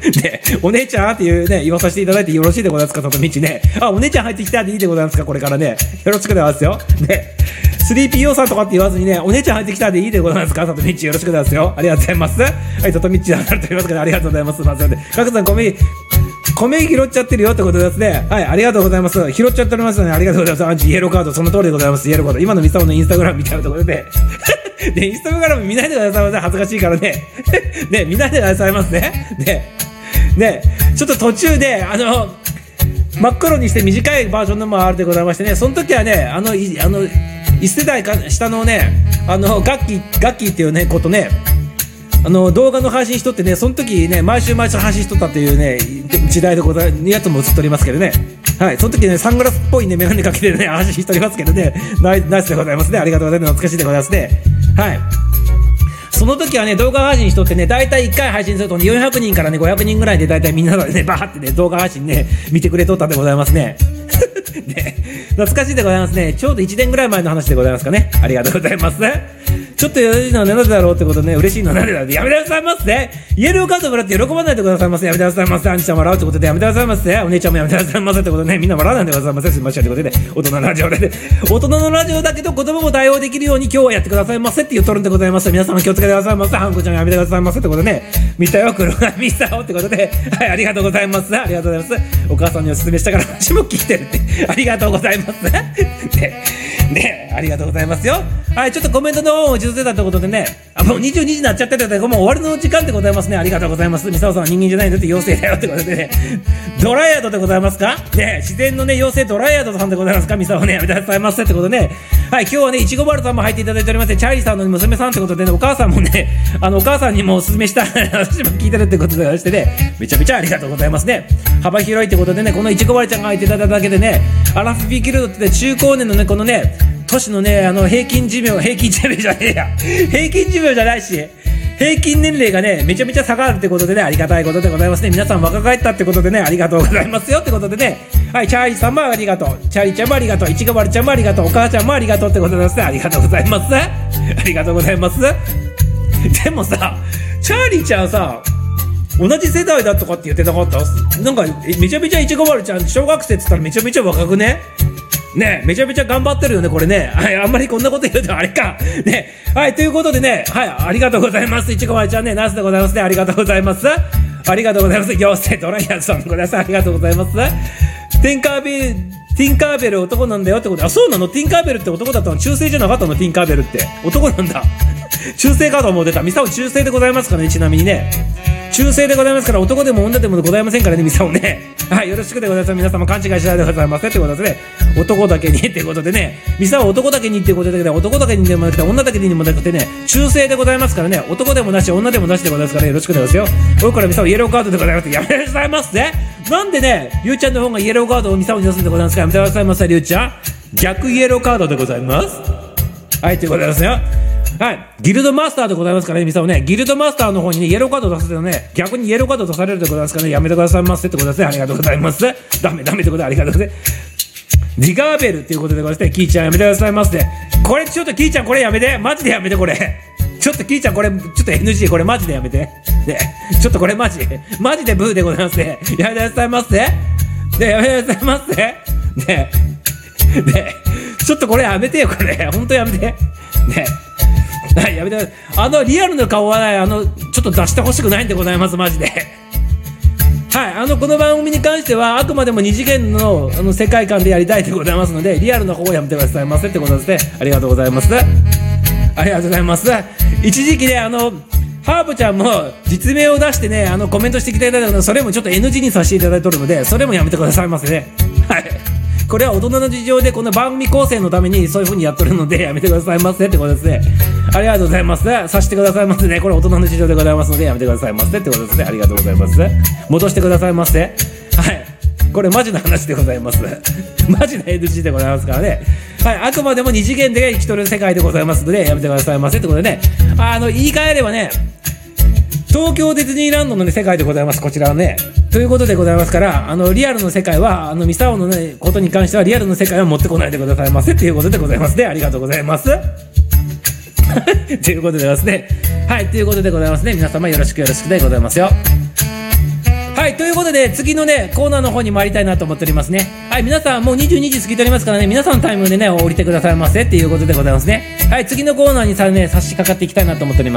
で、お姉ちゃんっていうね、言わさせていただいてよろしいでございますか、さとみちね。あ、お姉ちゃん入ってきたでいいでございますか、これからね。よろしくでございますよ。で、スリーピーオー さんとかって言わずにね、お姉ちゃん入ってきたでいいでございますか、さとみちよろしくでございますよ。ありがとうございます。はい、さとみちさんされておりますけど、ありがとうございます。まずで、かくさん、米、米拾っちゃってるよってことですね。はい、ありがとうございます。拾っちゃっておりますよね。ありがとうございます。アンチイエローカード、その通りでございます。イエローカード。今のミサオのインスタグラム見ちゃうところで。で、インスタグラム見ないでくださいませ。恥ずかしいからね。ね、見ないでくださいませね。で、ね、ちょっと途中で、あの、真っ黒にして短いバージョンのもあるでございましてね、その時はね、あの、いあのいち世代か下のね、あの、ガッキー、ガッキーっていうね、ことね、あの、動画の配信しとってね、その時ね、毎週毎週配信しとったっていうね、時代でござい、やつも映っておりますけどね。はい、その時ね、サングラスっぽいね、メガネかけてね、配信しておりますけどね、ナイ、ナイスでございますね。ありがとうございます。懐かしいでございますね。はい。その時はね、動画配信しとってね、だいたいいっかい配信するとね、よんひゃくにんからね、ごひゃくにんぐらいでだいたいみんなでね、バーってね、動画配信ね、見てくれとったでございますね。ね、懐かしいでございますね。ちょうどいちねんぐらい前の話でございますかね。ありがとうございます。ちょっと嬉しいのはなぜだろうってことね、嬉しいのはなぜだろうってやめてくださいませね。イエローカードもらって喜ばないでくださいませ。やめてくださいませ。兄ちゃんも笑うってことでやめてくださいませ。お姉ちゃんもやめてくださいませってことでね、みんな笑わないでくださいませ。すみませんってことで、大人のラジオで、大人のラジオだけど子供も対応できるように今日はやってくださいませって言っとるんでございます。皆様気をつけてくださいませ。ハンコちゃんやめてくださいませってことでね、見たよ、黒髪さおってことで、はい、ありがとうございます。ありがとうございます。お母さんにお勧めしたから私も聞いてるって、ありがとうございます。ね、ね、ありがとうございますよ。はい、ちょっとコメントの方を打ち寄せたってことでね、あ、もうにじゅうにじになっちゃってて、もう終わりの時間でございますね。ありがとうございます。ミサオさんは人間じゃないのって妖精だよってことでね、ドライヤードでございますかね、自然のね、妖精ドライヤードさんでございますか、ミサオね、やめてくださいませってことでね、はい、今日はね、いちごバルさんも入っていただいておりまして、チャーリーさんの娘さんってことでね、お母さんもね、あの、お母さんにもお勧めした話も聞いてるってことでましてね、めちゃめちゃありがとうございますね。幅広いってことでね、このいちごバルちゃんが入っていただいただけでね、アラフィフギルドって中高年のね、このね、都市のね、あの平均寿命、平均寿命じゃねえや、平均寿命じゃないし、平均年齢がね、めちゃめちゃ下がるってことでね、ありがたいことでございますね。皆さん若返ったってことでね、ありがとうございますよってことでね、はい、チャーリーさんもありがとう、チャーリーちゃんもありがとう、いちごまるちゃんもありがとう、お母ちゃんもありがとうってことでですね、ありがとうございます。ありがとうございます。でもさ、チャーリーちゃんさ、同じ世代だとかって言ってなかった？なんかめちゃめちゃいちごまるちゃん小学生って言ったらめちゃめちゃ若くね。ねえ、めちゃめちゃ頑張ってるよね、これね。はい、あんまりこんなこと言うとあれか。ね、はい、ということでね、はい、ありがとうございます。いちごまるちゃんね、ナスでございますね。ありがとうございます。ありがとうございます。行政ドライヤーさんでございます。ありがとうございます。ティンカーベル、ティンカーベル男なんだよってことで、あ、そうなの？ティンカーベルって男だったの？中性じゃなかったの？ティンカーベルって。男なんだ。中性カードも出た。ミサオ中性でございますからね、ちなみにね。中性でございますから、男でも女でもございませんからね、ミサオね。はい、よろしくでございます。皆様勘違いしないでございませんってことですね。男だけにってことでね、ミサオ男だけにってことで、男だけにでもなくて、女だけにでもなくてね、中性でございますからね、男でもなし、女でもなしでございますから、ね、よろしくでございますよ。僕からミサオイエローカードでございます。やめてくださいますね。なんでね、リュウちゃんの方がイエローカードをミサオに出すんでございますか？やめてくださいませ、リュウちゃん。逆イエローカードでございます。はい、ということでございますよ。はい、ギルドマスターでございますからね、ミサオね、ギルドマスターの方にね、イエローカードを出すとね、逆にイエローカードを出されるでございますからね、やめてくださいませってことですね。ありがとうございます。ダメダメってことでありがとうございます。リガーベルっていうことでございますね、キーちゃんやめてくださいませ。これちょっとキーちゃんこれやめて、マジでやめてこれ。ちょっとキーちゃんこれちょっと エヌジー これマジでやめて。ね、ちょっとこれマジマジでブーでございますね。やめてくださいませ。ね、やめてくださいませ。ね、ね、ちょっとこれやめてよこれ、本当やめて。ね。はい、やめてください。あのリアルの顔はね、あのちょっと出してほしくないんでございます、マジで。はい、あのこの番組に関してはあくまでも二次元 の, あの世界観でやりたいでございますので、リアルの方をやめてくださいませってことですね。ありがとうございます。ありがとうございます。一時期ね、あのハーブちゃんも実名を出してね、あのコメントしてきていただいたので、それもちょっと エヌジー にさせていただいておるので、それもやめてくださいませね。はい、これは大人の事情でこの番組構成のためにそういう風にやっとるので、やめてくださいませってことですね。ありがとうございます。させてくださいませね。これ大人の事情でございますので、やめてくださいませってことですね。ありがとうございます。戻してくださいませ。はい、これマジな話でございます。マジな エヌジー でございますからね。はい、あくまでも二次元で生きとる世界でございますので、やめてくださいませってことでね。あの言い換えればね、東京ディズニーランドの、ね、世界でございます、こちらはね。ということでございますから、あのリアルの世界は、あのミサオの、ね、ことに関してはリアルの世界は持ってこないでくださいませっていうことでございますね。ありがとうございます。ということでございますね。はい、ということでございますね。皆様よろしくよろしくでございますよ。 はい、ということで次のねコーナーの方に参りたいなと思っておりますね。はい、皆さんもうにじゅうにじ過ぎておりますからね、皆さんのタイムでね降りてくださいませっていうことでございますね。はい、次のコーナーにさ、ね、差し掛かっていきたいなと思っております。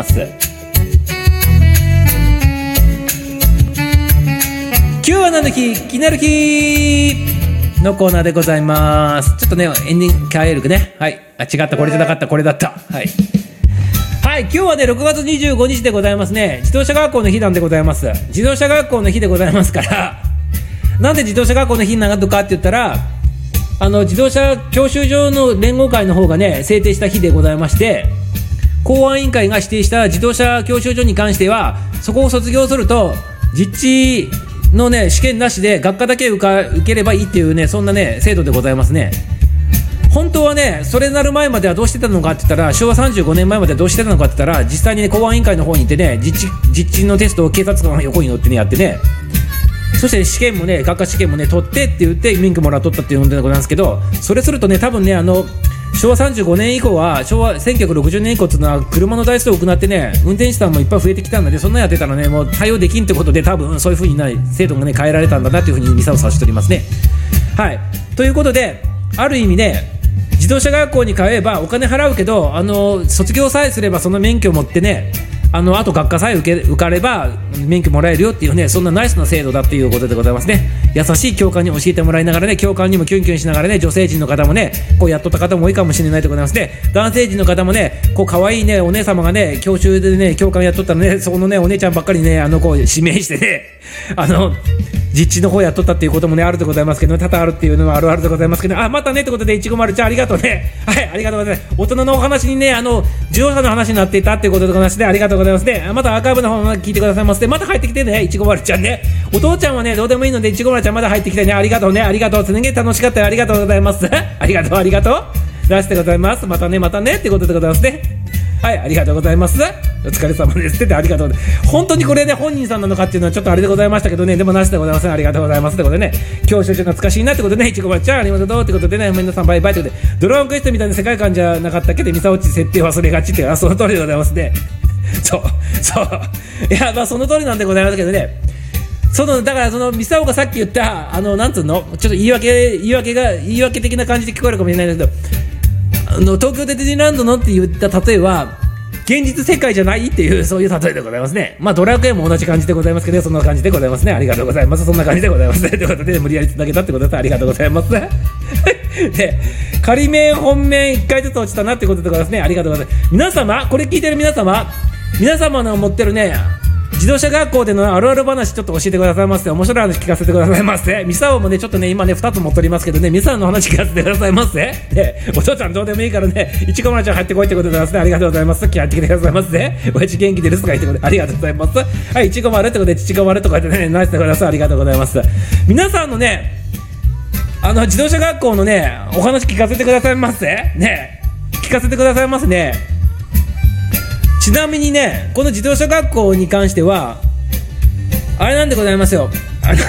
今日は何の日、気になる日のコーナーでございます。ちょっとねエンディング変えるね。はい、あ違った、これじゃなかった、これだった。はいはい、今日はねろくがつにじゅうごにちでございますね。自動車学校の日なんでございます。自動車学校の日でございますからなんで自動車学校の日になるのかって言ったら、あの自動車教習所の連合会の方がね制定した日でございまして、公安委員会が指定した自動車教習所に関しては、そこを卒業すると実地のね試験なしで学科だけ受か受ければいいっていうね、そんなね制度でございますね。本当はねそれなる前まではどうしてたのかって言ったら、しょうわさんじゅうごねんまえまではどうしてたのかって言ったら、実際にね公安委員会の方に行ってね実地実地のテストを警察官の横に乗ってねやってね、そして試験もね学科試験もね取ってって言って免許もらっとったっていうのでございますけど、それするとね多分ねあのしょうわさんじゅうごねん以降は昭和せんきゅうひゃくろくじゅうねん以降っていうのは車の台数多くなってね、運転手さんもいっぱい増えてきたので、そんなやってたらねもう対応できんってことで、多分そういう風にな制度がね変えられたんだなっていう風にミサを指しておりますね。はい、ということである意味ね自動車学校に通えばお金払うけど、あの卒業さえすればその免許を持ってね、あのあと学科さえ受け受かれば免許もらえるよっていうね、そんなナイスな制度だっていうことでございますね。優しい教官に教えてもらいながらね、教官にもキュンキュンしながらね、女性陣の方もねこうやっとった方も多いかもしれないでございますね。男性陣の方もねこう可愛いねお姉様がね教習でね教官やっとったらね、そこのねお姉ちゃんばっかりねあのこう指名してねあの実地の方やっとったっていうこともねあるでございますけど、多々あるっていうのはあるあるでございますけど、あまたねってことでいちごまるちゃんありがとうね。はいありがとうございます。大人のお話にねあの自動車の話になっていたっていうことでございまして、ありがとうございますね。またアーカイブの方も聞いてくださいまして、また入ってきてねいちごまるちゃんね。お父ちゃんはねどうでもいいのでいちごまるちゃんまだ入ってきてね、ありがとうね、ありがとう、すげえ楽しかったよ、ありがとうございますありがとうありがとう出してございます。またねまたねってことでございますね。はいありがとうございます。お疲れ様ですってありがとう。本当にこれね本人さんなのかっていうのはちょっとあれでございましたけどね、でもなしでございません。ありがとうございますってことでね、教習所懐かしいなってことでね、いちごまるちゃんありがとうってことでね、皆さんバイバイってことで、ドラゴンクエストみたいな世界観じゃなかったっけでミサオチ設定忘れがちっていう、あその通りでございますねそうそういやまあその通りなんでございますけどね、そのだからそのミサオがさっき言ったあのなんつうのちょっと言い訳言い訳が言い訳的な感じで聞こえるかもしれないんですけど、あの東京ディズニーランドのって言った例えは現実世界じゃないっていうそういう例えでございますね。まあドラクエも同じ感じでございますけど、そんな感じでございますね。ありがとうございます。そんな感じでございますねということで、無理やりつなげたってことでありがとうございますで仮面本面いっかいずつ落ちたなってことでございますね。ありがとうございます。皆様これ聞いてる皆様皆様の持ってるね自動車学校でのあるある話ちょっと教えてくださいませ。面白い話聞かせてくださいませ。ミサオもねちょっとね今ねふたつ持っておりますけどね、ミサオの話聞かせてくださいませ。でお父ちゃんどうでもいいからねいちごまるちゃん入ってこいってことでございますね。ありがとうございます。さっき入ってきてくださいませ。おやじ元気で留守がいってことでありがとうございます。はいいちごまるってことでちちごまるとかでねナイスでございます。ありがとうございます。皆さんのねあの自動車学校のねお話聞かせてくださいませね、聞かせてくださいますね。ちなみにねこの自動車学校に関してはあれなんでございますよ、あの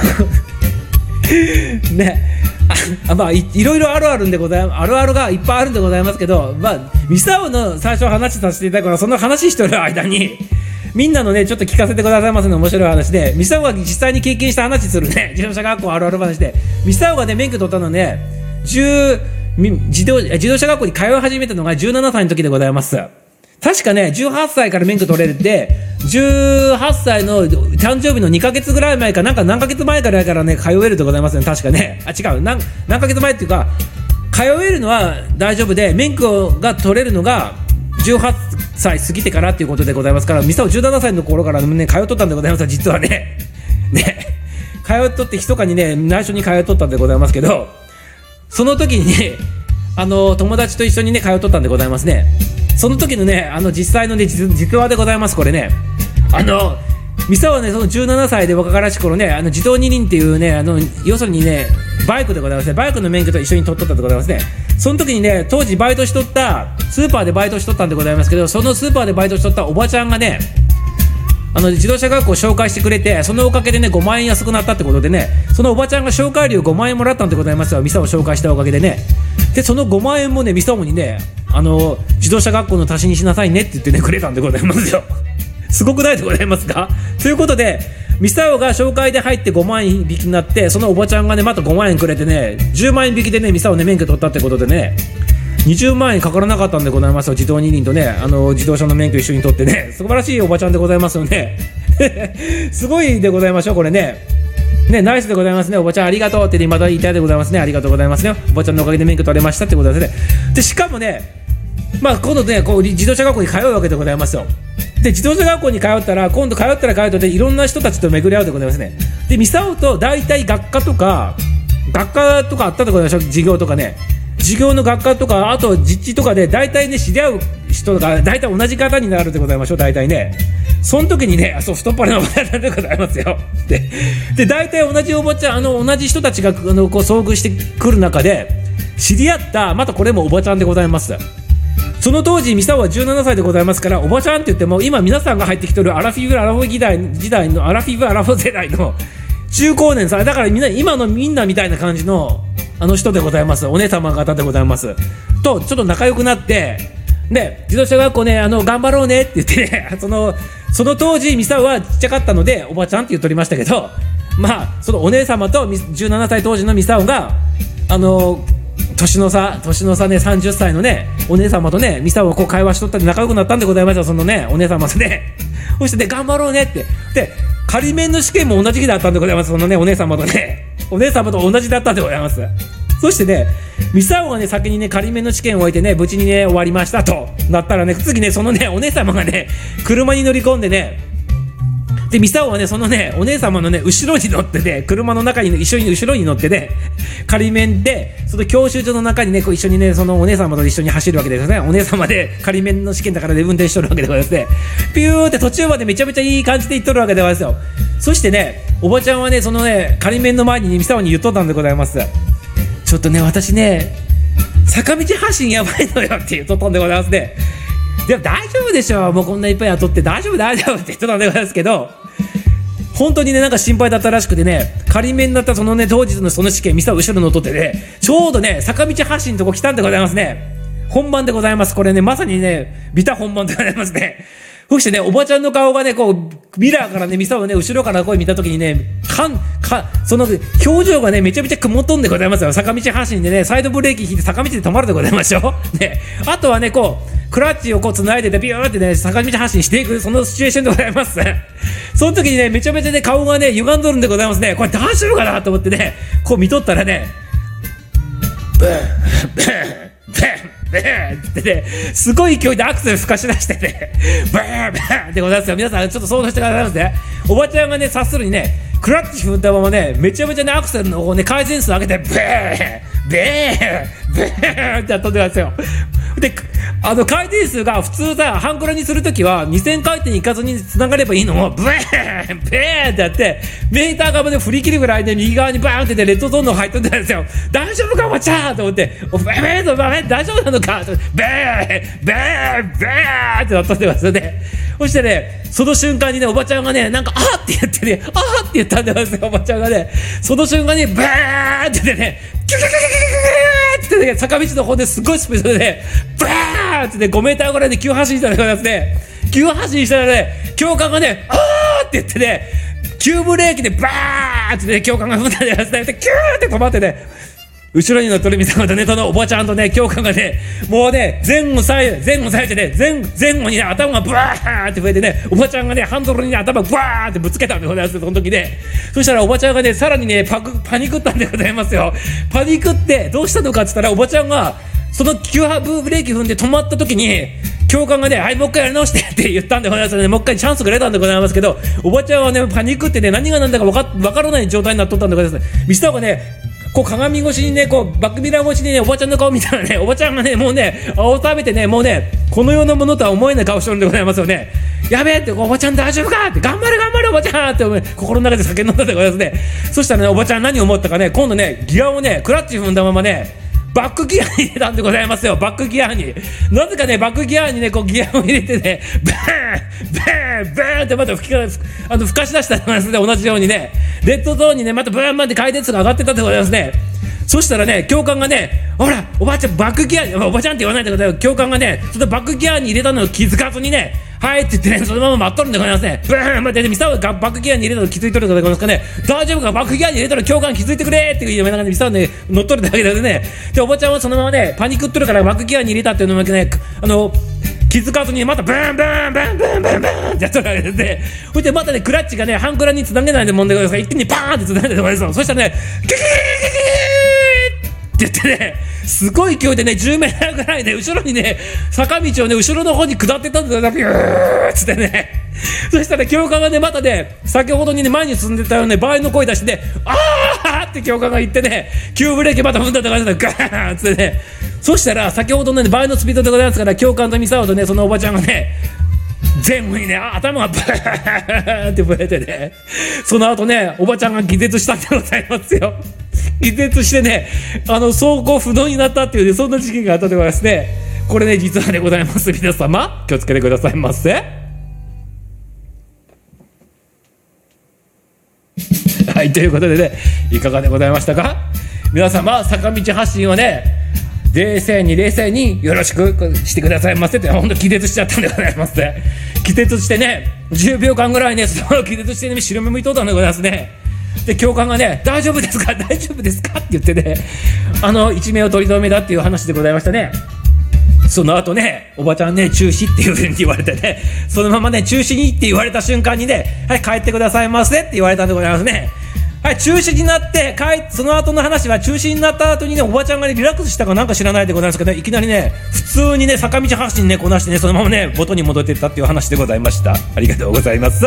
ねあまあ い, いろいろあるあるんでございあるあるがいっぱいあるんでございますけど、まあミサオの最初話させていただくから、その話してる間にみんなのねちょっと聞かせてくださいますね。面白い話で、ミサオが実際に経験した話するね自動車学校あるある話で、ミサオがね免許取ったのね10自動自動車学校に通い始めたのがじゅうななさいの時でございます。確かねじゅうはっさいから免許取れるってじゅうはっさいの誕生日のにかげつぐらい前かなんか何ヶ月前からからね通えるでございますね。確かねあ違う 何, 何ヶ月前っていうか通えるのは大丈夫で、免許が取れるのがじゅうはっさい過ぎてからっていうことでございますから、ミサオじゅうななさいの頃からね通っとったんでございます。実はねね通っとって密かにね内緒に通っとったんでございますけど、その時にねあの友達と一緒にね通っとったんでございますね。その時のねあの実際のね 実, 実話でございます。これねあのミサはねそのじゅうななさいで若からし頃ねあの自動二輪っていうねあの要するにねバイクでございますね。バイクの免許と一緒に取っとったでございますね。その時にね当時バイトしとったスーパーでバイトしとったんでございますけど、そのスーパーでバイトしとったおばちゃんがねあの自動車学校を紹介してくれて、そのおかげでねごまんえん安くなったってことでね、そのおばちゃんが紹介料ごまんえんもらったんでございますよ。ミサを紹介したおかげでね。でそのごまんえんもねミサオにねあの自動車学校の足しにしなさいねって言ってねくれたんでございますよすごくないでございますか。ということでミサオが紹介で入ってごまんえん引きになって、そのおばちゃんがねまたごまんえんくれてねじゅうまんえん引きでねミサオね免許取ったってことでねにじゅうまんえんかからなかったんでございますよ。自動二輪とねあの自動車の免許一緒に取ってね、素晴らしいおばちゃんでございますよねすごいでございましょうこれね。ね、ナイスでございますね。おばちゃんありがとうってまた言いたいでございますね。ありがとうございますね。おばちゃんのおかげで免許取れましたってことですね。でしかもね、まあ今度ねこう自動車学校に通うわけでございますよ。で自動車学校に通ったら今度通ったら通ったでいろんな人たちと巡り合うでございますね。でミサオと大体学科とか学科とかあったでございましょう。授業とかね授業の学科とかあと実地とかで大体ね知り合う人が大体同じ方になるでございましょう。大体ねその時にね、あ、そう太っ腹なおばちゃんでございますよ。で、で大体同じおばちゃん、あの同じ人たちがあのこう遭遇してくる中で知り合ったまたこれもおばちゃんでございます。その当時ミサオはじゅうななさいでございますから、おばちゃんって言っても今皆さんが入ってきてるアラフィフアラフォー時代時代のアラフィフアラフォー世代の中高年さ、だからみんな今のみんなみたいな感じのあの人でございます。お姉様方でございますとちょっと仲良くなって。で自動車学校ねあの頑張ろうねって言ってねそのその当時ミサオはちっちゃかったのでおばちゃんって言っておりましたけど、まあそのお姉様とじゅうななさい当時のミサオがあの年の差年の差ねさんじゅっさいのねお姉様とねミサオをこう会話しとったり仲良くなったんでございますよ。そのねお姉様とねそしてね頑張ろうねってで仮免の試験も同じ日だったんでございます。そのねお姉様とねお姉様と同じだったんでございます。そしてねミサオがね先にね仮免の試験を終えてね無事にね終わりましたとなったらね次ねそのねお姉様がね車に乗り込んでねでミサオはねそのねお姉様のね後ろに乗ってね車の中に、ね、一緒に後ろに乗ってね仮免でその教習所の中にねこう一緒にねそのお姉様と一緒に走るわけですよね。お姉様で仮免の試験だからで、ね、運転しとるわけでございますね。ピューって途中までめちゃめちゃいい感じで行っとるわけでございますよ。そしてねおばちゃんはねそのね仮免の前に、ね、ミサオに言っとったんでございます。ちょっとね私ね坂道発進やばいのよって言っとったんでございますね。でも大丈夫でしょもうこんないっぱい雇って大丈夫大丈夫って言っとったんでございますけど、本当にねなんか心配だったらしくてね仮免だったそのね当日のその試験ミサオ後ろの取ってねちょうどね坂道発進のとこ来たんでございますね。本番でございます。これねまさにねビタ本番でございますね。そしてねおばちゃんの顔がねこうミラーからねミサオをね後ろからこう見た時にねかんかその表情がねめちゃめちゃ曇っとんでございますよ。坂道発進でねサイドブレーキ引いて坂道で止まるでございましょうね。あとはねこうクラッチをこう繋いでてビューってね坂道発進していくそのシチュエーションでございますその時にねめちゃめちゃね顔がね歪んどるんでございますね。これ大丈夫かなと思ってねこう見とったらねブーブーブーブーってねすごい勢いでアクセル吹かし出してねブーブーってございますよ。皆さんちょっと想像してくださいませね。おばちゃんがね察するにねクラッチ踏んだままねめちゃめちゃねアクセルの方ね回転数上げてブーブーブーってやったんですよ。であの回転数が普通さハンクラにするときはにせんかいてんいかずに繋がればいいのをブーンブーンってやってメーターがね振り切るぐらいで右側にバーンってねレッドゾーンの入ってんですよ。大丈夫かおばちゃんと思っておブーンブーン大丈夫なのかブーンブーンブーンってなったんですよね。そしてねその瞬間にねおばちゃんがねなんかあーって言ってねあーって言ったんですよ。おばちゃんがねその瞬間にブーンってねキュキュキュキュキュキュってね坂道の方ですごいスピードでねブーンってねごメーターぐらいで急発進したんですね。急発進したらね教官がねあーって言ってね急ブレーキでバーンってね教官が踏んだんですね。キューって止まってね後ろに乗ってるみたいなねそのおばちゃんとね教官がねもうね前後左右前後左右でね 前, 前後にね頭がブワーって増えてねおばちゃんがねハンドルに、ね、頭ブワーってぶつけたんでございます。その時ねそしたらおばちゃんがねさらにね パ, パニクったんでございますよ。パニクってどうしたのかって言ったらおばちゃんがその急ブレーキ踏んで止まった時に教官がねはいもう一回やり直してって言ったんでございますね。もう一回チャンスくれたんでございますけどおばちゃんはねパニクってね何が何だか分 か, 分からない状態になっとったんでございます。ミスターがねこう鏡越しにねこうバックミラー越しにねおばちゃんの顔見たらねおばちゃんがねもうね青食べてねもうねこの世のものとは思えない顔してるんでございますよね。やべえっておばちゃん大丈夫かって頑張れ頑張れおばちゃんって心の中で叫んだんでございますね。そしたらねおばちゃん何を思ったかね今度ねギアをねクラッチ踏んだままねバックギアに入れたんでございますよ。バックギアになぜかねバックギアにねこうギアを入れてねバーンバーンバーンってまた吹きあの吹かし出したんですね。同じようにねレッドゾーンにねまたブーンまで回転数が上がってたでございますね。そそしたらね、教官がね、ほらおばあちゃんバックギアに、おばちゃんって言わないでください、教官がね、そのバックギアに入れたのを気づかずにね、はいって言ってね、そのまま待っとるんでございますね。ブーン待って、ミサオがバックギアに入れたの気づいとるでございますかね。大丈夫か、バックギアに入れたら教官気づいてくれっていう夢の中でミサオね、乗っとるだけでね、で、おばちゃんはそのままね、パニックっとるからバックギアに入れたっていうのもね、あの、気づかずにまたブーンブーンブーンブーンブーンブーンってやったわけですね。そしてまたね、クラッチがね、半クラにつなげないでもんでください。一気にバーンってつなげてください。そしたらね、キキキキキって言ってね、すごい勢いでね、じゅうメーターぐらいで、後ろにね、坂道をね、後ろの方に下ってったんですよ、ビューッつってね。そしたら教官がね、またね、先ほどにね、前に進んでたよね、倍の声出してね、あーって教官が言ってね、急ブレーキまた踏んだって感じで、ガーンつってね。そしたら、先ほどのね、倍のスピードでございますから、教官とミサオとね、そのおばちゃんがね、前後にね、頭がブーンってぶれてね、その後ね、おばちゃんが気絶したんでございますよ。気絶してね、あの走行不能になったっていうね、そんな事件があったでございますね。これね、実はでございます。皆様気をつけてくださいませ。はい、ということでね、いかがでございましたか。皆様、坂道発進をね、冷静に冷静によろしくしてくださいませって、ほんと気絶しちゃったんでございますね。気絶してね、じゅうびょうかんぐらいね、その気絶してね、白目向いとったんでございますね。で、教官がね、大丈夫ですか大丈夫ですかって言ってね、あの一命を取り留めだっていう話でございましたね。その後ね、おばちゃんね、中止っていう風に言われてね、そのままね、中止にって言われた瞬間にね、はい、帰ってくださいませって言われたんでございますね。はい、中止になって、その後の話は中止になった後にね、おばちゃんがね、リラックスしたかなんか知らないでございますけど、ね、いきなりね、普通にね、坂道発進ね、こなしてね、そのままね、元に戻っていったっていう話でございました。ありがとうございます。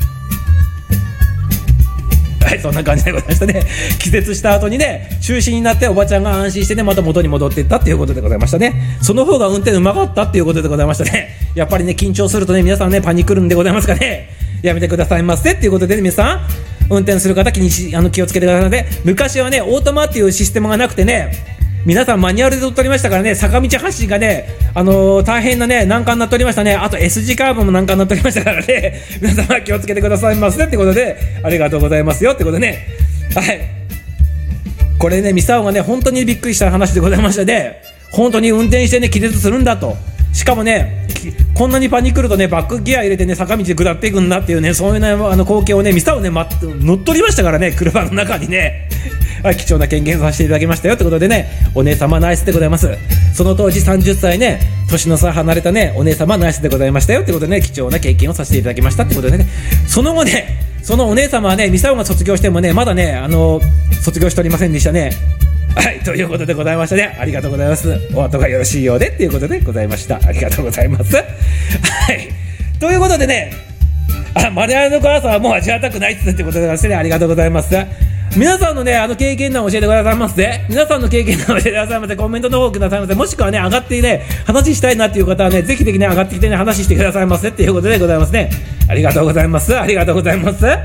はい、そんな感じでございましたね。気絶した後にね、中止になっておばちゃんが安心してね、また元に戻っていったっていうことでございましたね。その方が運転うまかったっていうことでございましたね。やっぱりね、緊張するとね、皆さんね、パニクるんでございますかね。やめてくださいませっていうことで、ね、皆さん運転する方気にしあの気をつけてくださいので、昔はね、オートマっていうシステムがなくてね、皆さんマニュアルで撮っておりましたからね、坂道発進がね、あのー、大変なね、難関になっておりましたね。あと S 字カーブも難関になっておりましたからね、皆様気をつけてくださいませってことで、ありがとうございますよってことでね。はい、これね、ミサオがね、本当にびっくりした話でございましたね。本当に運転してね、気絶するんだと。しかもね、こんなにパニクるとね、バックギア入れてね、坂道で下っていくんだっていうね、そういうね、あの光景をね、ミサオね、ま、乗っ取りましたからね、車の中にね。はい、貴重な経験させていただきましたよってことでね、お姉様ナイスでございます。その当時さんじゅっさいね、年の差離れたね、お姉様ナイスでございましたよってことでね、貴重な経験をさせていただきましたってことでね、その後ね、そのお姉様はね、ミサオが卒業してもね、まだね、あの卒業しておりませんでしたね。はい、ということでございましたね。ありがとうございます。お後がよろしいようでっていうことでございました。ありがとうございます。はい、ということでね、あ、マリアの怖さはもう味わいたくないってことでございましてね、ありがとうございます。皆さんのね、あの経験談を教えてくださいませ。皆さんの経験談を教えてくださいませ。コメントの方くださいませ。もしくはね、上がってね、話したいなっていう方はね、ぜひぜひね、上がってきてね、話してくださいませっていうことでございますね。ありがとうございます。ありがとうございます。はい、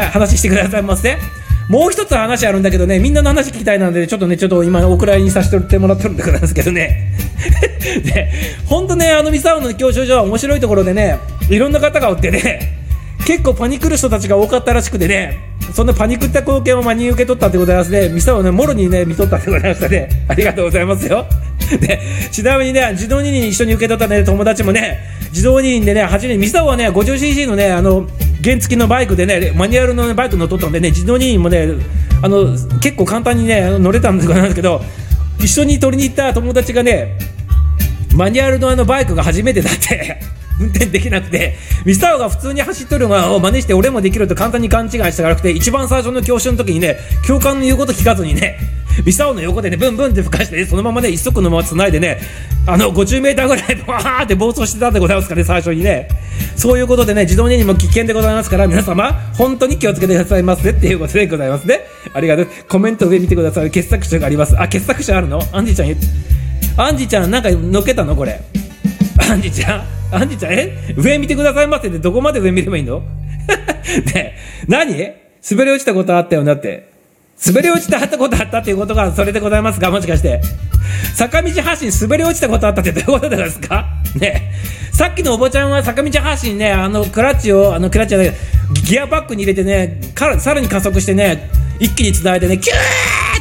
話してくださいませ。もう一つ話あるんだけどね、みんなの話聞きたいなので、ちょっとね、ちょっと今お蔵入りにさせてもらってるんでございますけどね。で、ほんとね、あのミサオの教習所は面白いところでね、いろんな方がおってね、結構パニクる人たちが多かったらしくてね、そんなパニクった光景を真に受け取ったってございますね。ミサオね、もろにね、見とったってございましたね。ありがとうございますよ。で、ちなみにね、自動二輪一緒に受け取ったね、友達もね、自動二輪でね、はちねん、ミサオはね、ごじゅうシーシー のね、あの、原付のバイクでね、マニュアルの、ね、バイク乗っとったんでね、自動二輪もね、あの、結構簡単にね、乗れたんでございますけど、一緒に取りに行った友達がね、マニュアルのあのバイクが初めてだって運転できなくて、ミサオが普通に走っとるのを真似して俺もできると簡単に勘違いしたからくて、一番最初の教習の時にね、教官の言うこと聞かずにね、ミサオの横でね、ブンブンって吹かして、ね、そのままね、一足のまま繋いでね、あのごじゅうメーターぐらいバーって暴走してたんでございますかね、最初にね。そういうことでね、自動二輪も危険でございますから、皆様本当に気をつけてくださいませっていうことでございますね。ありがとう。コメント上見てください。傑作者があります。あ、傑作者あるの？アンジちゃん、アンジちゃんなんか乗っけたのこれ。アンジちゃん、アンジちゃん、え、上見てくださいませってどこまで上見ればいいの？ね、何？滑り落ちたことあったよなって。滑り落ちたことあったっていうことがそれでございますか？もしかして坂道発進滑り落ちたことあったってどういうことですかね。さっきのおばちゃんは坂道発進ね、あのクラッチをあのクラッチじゃないギアバックに入れてね、さらに加速してね、一気に繋いでね、キューっ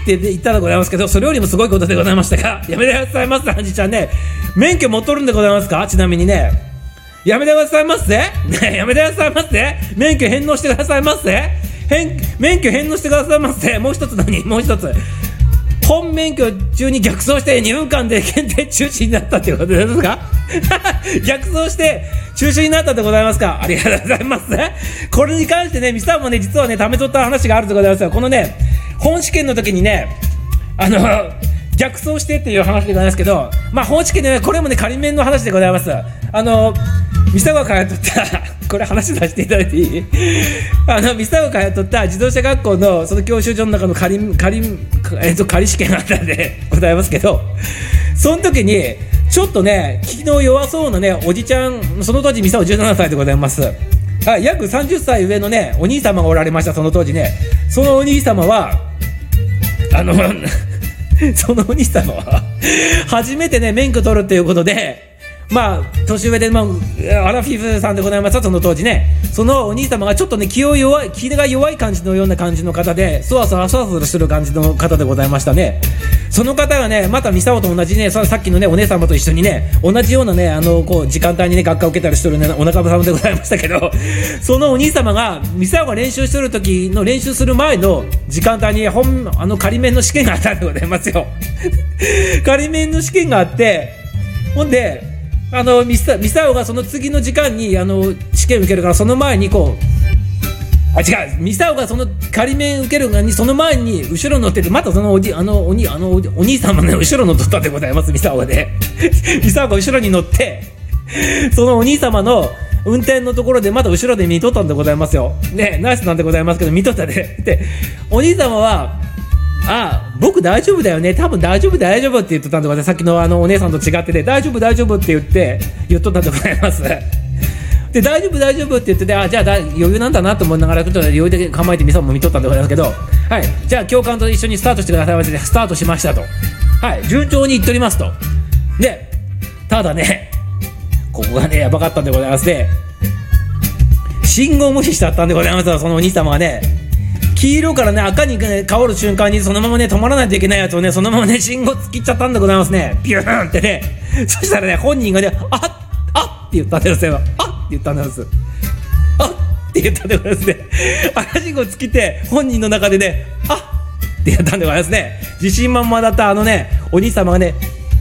って言ったでございますけど、それよりもすごいことでございましたが、やめてくださいませ、アンジちゃんね。免許持っとるんでございますか？ちなみにね、やめてくださいませね、やめてくださいませ、免許返納してくださいませ、免許返納してくださいませ。もう一つ何もう一つ、本免許中に逆走してにふんかんで検定中止になったっていうことですか？逆走して中止になったでございますか？ありがとうございます。これに関してね、ミサもね、実はね、ためとった話があるでございますよ。このね、本試験の時にね、あの逆走してっていう話でございますけど、まあ本試験でね、これもね、仮免の話でございます。あのミサが通っとったこれ話させていただいていい？あのミサが通っとった自動車学校のその教習所の中の仮仮えっと仮試験があったんでございますけど、その時にちょっとね、気の弱そうなね、おじちゃん、その当時ミサはじゅうななさいでございます。あ、約さんじゅっさい上のね、お兄様がおられました。その当時ね、そのお兄様はあのそのお兄様は初めてね、免許取るっていうことで、まあ年上で、まあ、アラフィフさんでございます。その当時ね、そのお兄様がちょっとね、気を弱い気が弱い感じのような感じの方で、そわそわそわそわする感じの方でございましたね。その方がね、またミサオと同じね、さっきのね、お姉様と一緒にね、同じようなね、あのこう時間帯にね、学科を受けたりしてるね、お仲間様でございましたけど、そのお兄様がミサオが練習してる時の練習する前の時間帯に本あの仮免の試験があったんでございますよ。仮免の試験があって、ほんであのミサ、ミサオがその次の時間にあの試験受けるから、その前にこう、あ、違う、ミサオがその仮免受けるのにその前に後ろ乗ってて、またそのおじあのおにあのお兄様の後ろ乗っとったでございます。ミサオがねミサオが後ろに乗ってそのお兄様の運転のところでまた後ろで見とったんでございますよね。ナイスなんでございますけど、見とったででお兄様は、あ、僕大丈夫だよね、多分大丈夫大丈夫って言っとったんでございます。さっきのあのお姉さんと違ってて、大丈夫大丈夫って言って言っとったんでございますで、大丈夫大丈夫って言ってて、あ、じゃあだ余裕なんだなと思いながらちょっと余裕で構えてミサも見とったんでございますけど、はい、じゃあ教官と一緒にスタートしてくださいまして、スタートしましたと、はい、順調にいっておりますと。で、ただね、ここがね、やばかったんでございますね。信号無視しちゃったんでございますよ、そのお兄様はね。黄色からね、赤に、ね、変わる瞬間にそのままね、止まらないといけないやつをね、そのままね、信号突きっちゃったんでございますね。ピューンってね。そしたらね、本人がね、あっあっって言ったんですよ。あっって言ったんです。あっって言ったんでございますね。赤信号突きて、本人の中でね、あっって言ったんでございますね。自信満々だったあのね、お兄様がね、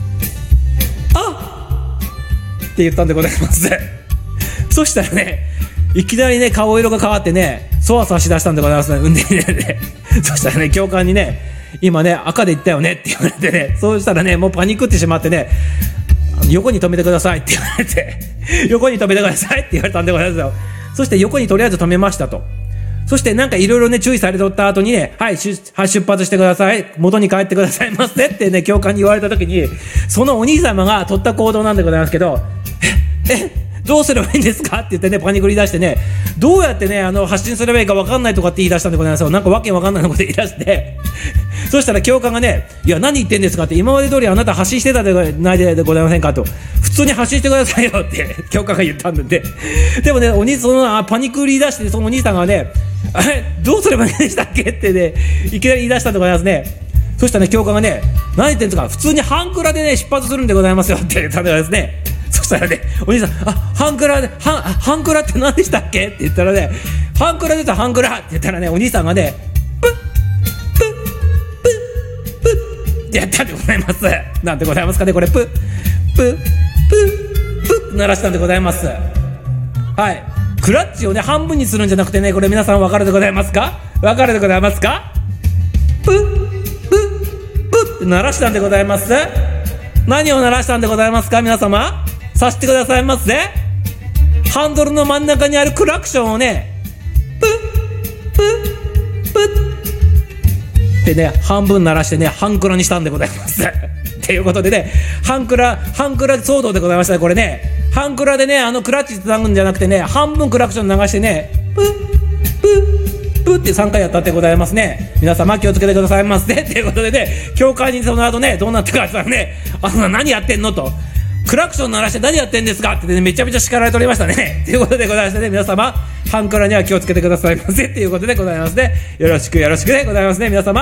あっって言ったんでございます。そしたらね、いきなりね、顔色が変わってね、そわそわしだしたんでございますね、運転でね。そしたらね、教官にね、今ね、赤で言ったよねって言われてね、そうしたらね、もうパニックってしまってね、横に止めてくださいって言われて、横に止めてくださいって言われたんでございますよ。そして横にとりあえず止めましたと。そしてなんかいろいろね、注意されとった後にね、はい、出発してください、元に帰ってくださいませってね、教官に言われた時に、そのお兄様が取った行動なんでございますけど、え、え、どうすればいいんですかって言ってね、パニクり出してね、どうやってね、あの発信すればいいか分かんないとかって言い出したんでございますよ。なんかわけ分かんないこと言い出してそしたら教官がね、いや何言ってんですかって、今まで通りあなた発信してたでないでございませんかと、普通に発信してくださいよって教官が言ったんで、でもね、お兄そのパニクり出して、そのお兄さんがね、あれどうすればいいんでしたっけってね、いきなり言い出したんでございますね。そしたら、ね、教官がね、何言ってんですか、普通に半クラでね出発するんでございますよって言ったんでございますね。そしたらね、お兄さん、あ、半クラで、は半クラって何でしたっけって言ったらね、半クラで言ったら半クラって言ったらね、お兄さんがね、プップップップッってやったんでございます。なんでございますかね、これ、プップップップッって鳴らしたんでございます。はい、クラッチをね半分にするんじゃなくてね、これ皆さん分かるでございますか、分かるでございますか、プップップッって鳴らしたんでございます。何を鳴らしたんでございますか、皆様さしてくださいませ。ハンドルの真ん中にあるクラクションをね、プップップッってね、半分鳴らしてね、半クラにしたんでございますということでね、半クラ半クラ騒動でございましたね。これね、半クラでね、あのクラッチつなぐんじゃなくてね、半分クラクション流してね、プップップッってさんかいやったってございますね。皆様気をつけてくださいませということでね、教官にその後ね、どうなってかさね、あの何やってんのと、クラクション鳴らして何やってんですかってね、めちゃめちゃ叱られておりましたねということでございましてね、皆様半クラには気をつけてくださいませということでございますね。よろしくよろしくでございますね、皆様。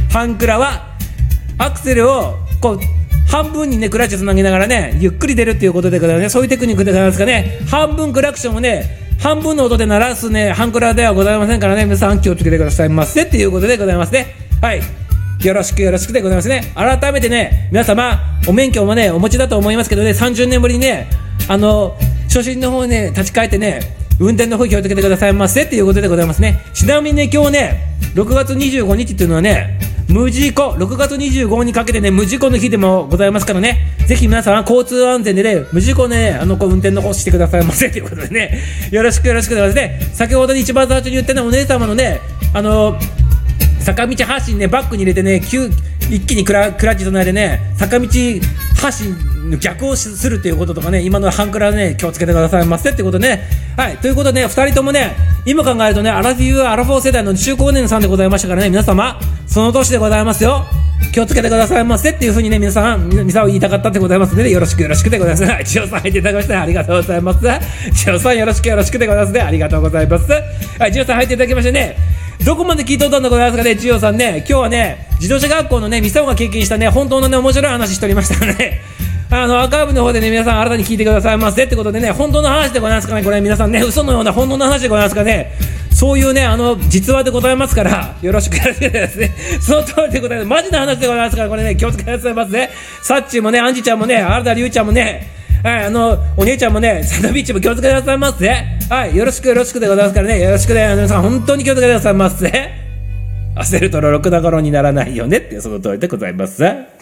半クラはアクセルをこう半分にねクラッチつなぎながらねゆっくり出るっていうことでございますね。そういうテクニックでございますかね。半分クラクションをね半分の音で鳴らすね半クラではございませんからね、皆さん気をつけてくださいませっていうことでございますね。はい、よろしくよろしくでございますね。改めてね皆様お免許もねお持ちだと思いますけどね、さんじゅうねんぶりにねあの初心の方にね立ち返ってね運転の方気をつけてくださいませっていうことでございますね。ちなみにね今日ねろくがつにじゅうごにちっていうのはね無事故、ろくがつにじゅうごにちにかけてね無事故の日でもございますからね、ぜひ皆さん交通安全でね無事故ねあのこう運転の方してくださいませということでね、よろしくよろしくでございますね。先ほどに一番最初に言ったねお姉様のねあの坂道発進ねバックに入れてね急一気にクラ、クラッチとないでね坂道発進の逆をするっていうこととかね、今の半クラね気をつけてくださいませってことでね。はい、ということでねふたりともね今考えるとねアラフィフアラフォー世代の中高年さんでございましたからね、皆様その年でございますよ、気をつけてくださいませっていう風にね皆さん皆さんを言いたかったってございますので、ね、よろしくよろしくでございます。はい、千代さん入っていただきましてありがとうございます。千代さんよろしくよろしくでございますね、ありがとうございます。はい、千代さん入っていただきましてね、どこまで聞いとったんでございますかね。千代さんね今日はね自動車学校のねミサオが経験したね本当のね面白い話しておりましたね。あのアーカイブの方でね皆さん新たに聞いてくださいませってことでね、本当の話でございますかね、これ皆さんね嘘のような本当の話でございますかね、そういうねあの実話でございますからよろしくよろしくですね。その通りでございます、マジな話でございますから、これね気をつけてくださいませね。サッチーもねアンジちゃんもね新田龍ちゃんもね、はい、あのお姉ちゃんもねサダビーチも気をつけてくださいませ。はい、よろしくよろしくでございますからね、よろしくね皆さん本当に気をつけてくださいませ。焦るとろくな頃にならないよねってその通りでございます。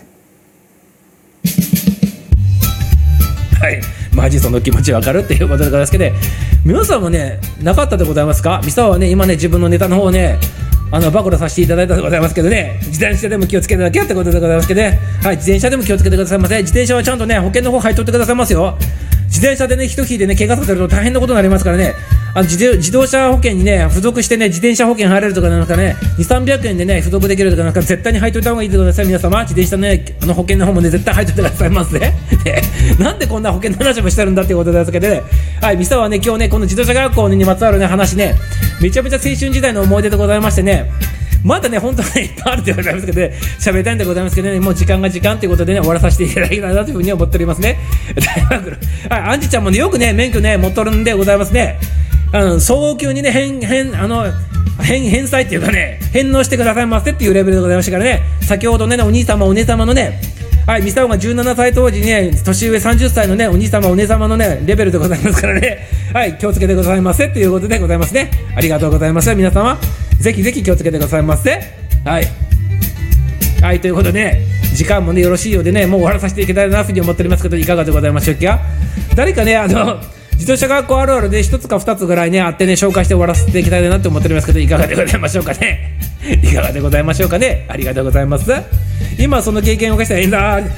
はい、マジその気持ちわかるっていうことでございますけど、皆さんもねなかったでございますか。ミサはね今ね自分のネタの方をねあの暴露させていただいたでございますけどね、自転車でも気をつけてだけってことでございますけどね、はい、自転車でも気をつけてくださいませ。自転車はちゃんとね保険の方入っとってくださいますよ。自転車でね人引いてね怪我させると大変なことになりますからね、あの 自, 自動車保険にね付属してね自転車保険入れるとかなんかねにせんさんびゃくえんでね付属できるとかなんか絶対に入っといた方がいいでください。皆様自転車のねあの保険の方もね絶対入っといてくださいませ、ね、なんでこんな保険の話もしてるんだっていうことですけどね、はい、ミサはね今日ねこの自動車学校にまつわるね話ねめちゃめちゃ青春時代の思い出でございましてね、まだね本当はねいっぱいあるでございますけどね喋りたいんでございますけどね、もう時間が時間ということでね終わらさせていただきたいなというふうに思っておりますね。大学はい、アンジちゃんもねよくね免許ね持っとるんでございますね。あの早急にね返返あの返返済っていうかね返納してくださいませっていうレベルでございましたからね、先ほどねお兄様お姉様のねはい、ミサオがじゅうななさい当時にね年上さんじゅっさいのねお兄様お姉様のねレベルでございますからね、はい気をつけてくださいませっていうことでございますね。ありがとうございます。皆様ぜひぜひ気をつけてくださいませ。はいはいということで、ね、時間もねよろしいようでねもう終わらさせていただきたいなというふうに思っておりますけど、いかがでございましょうか。誰かねあの自動車学校あるあるで一つか二つぐらいねあってね紹介して終わらせていきたいなと思っておりますけど、いかがでございましょうかね。いかがでございましょうかね。ありがとうございます。今その経験を生かして、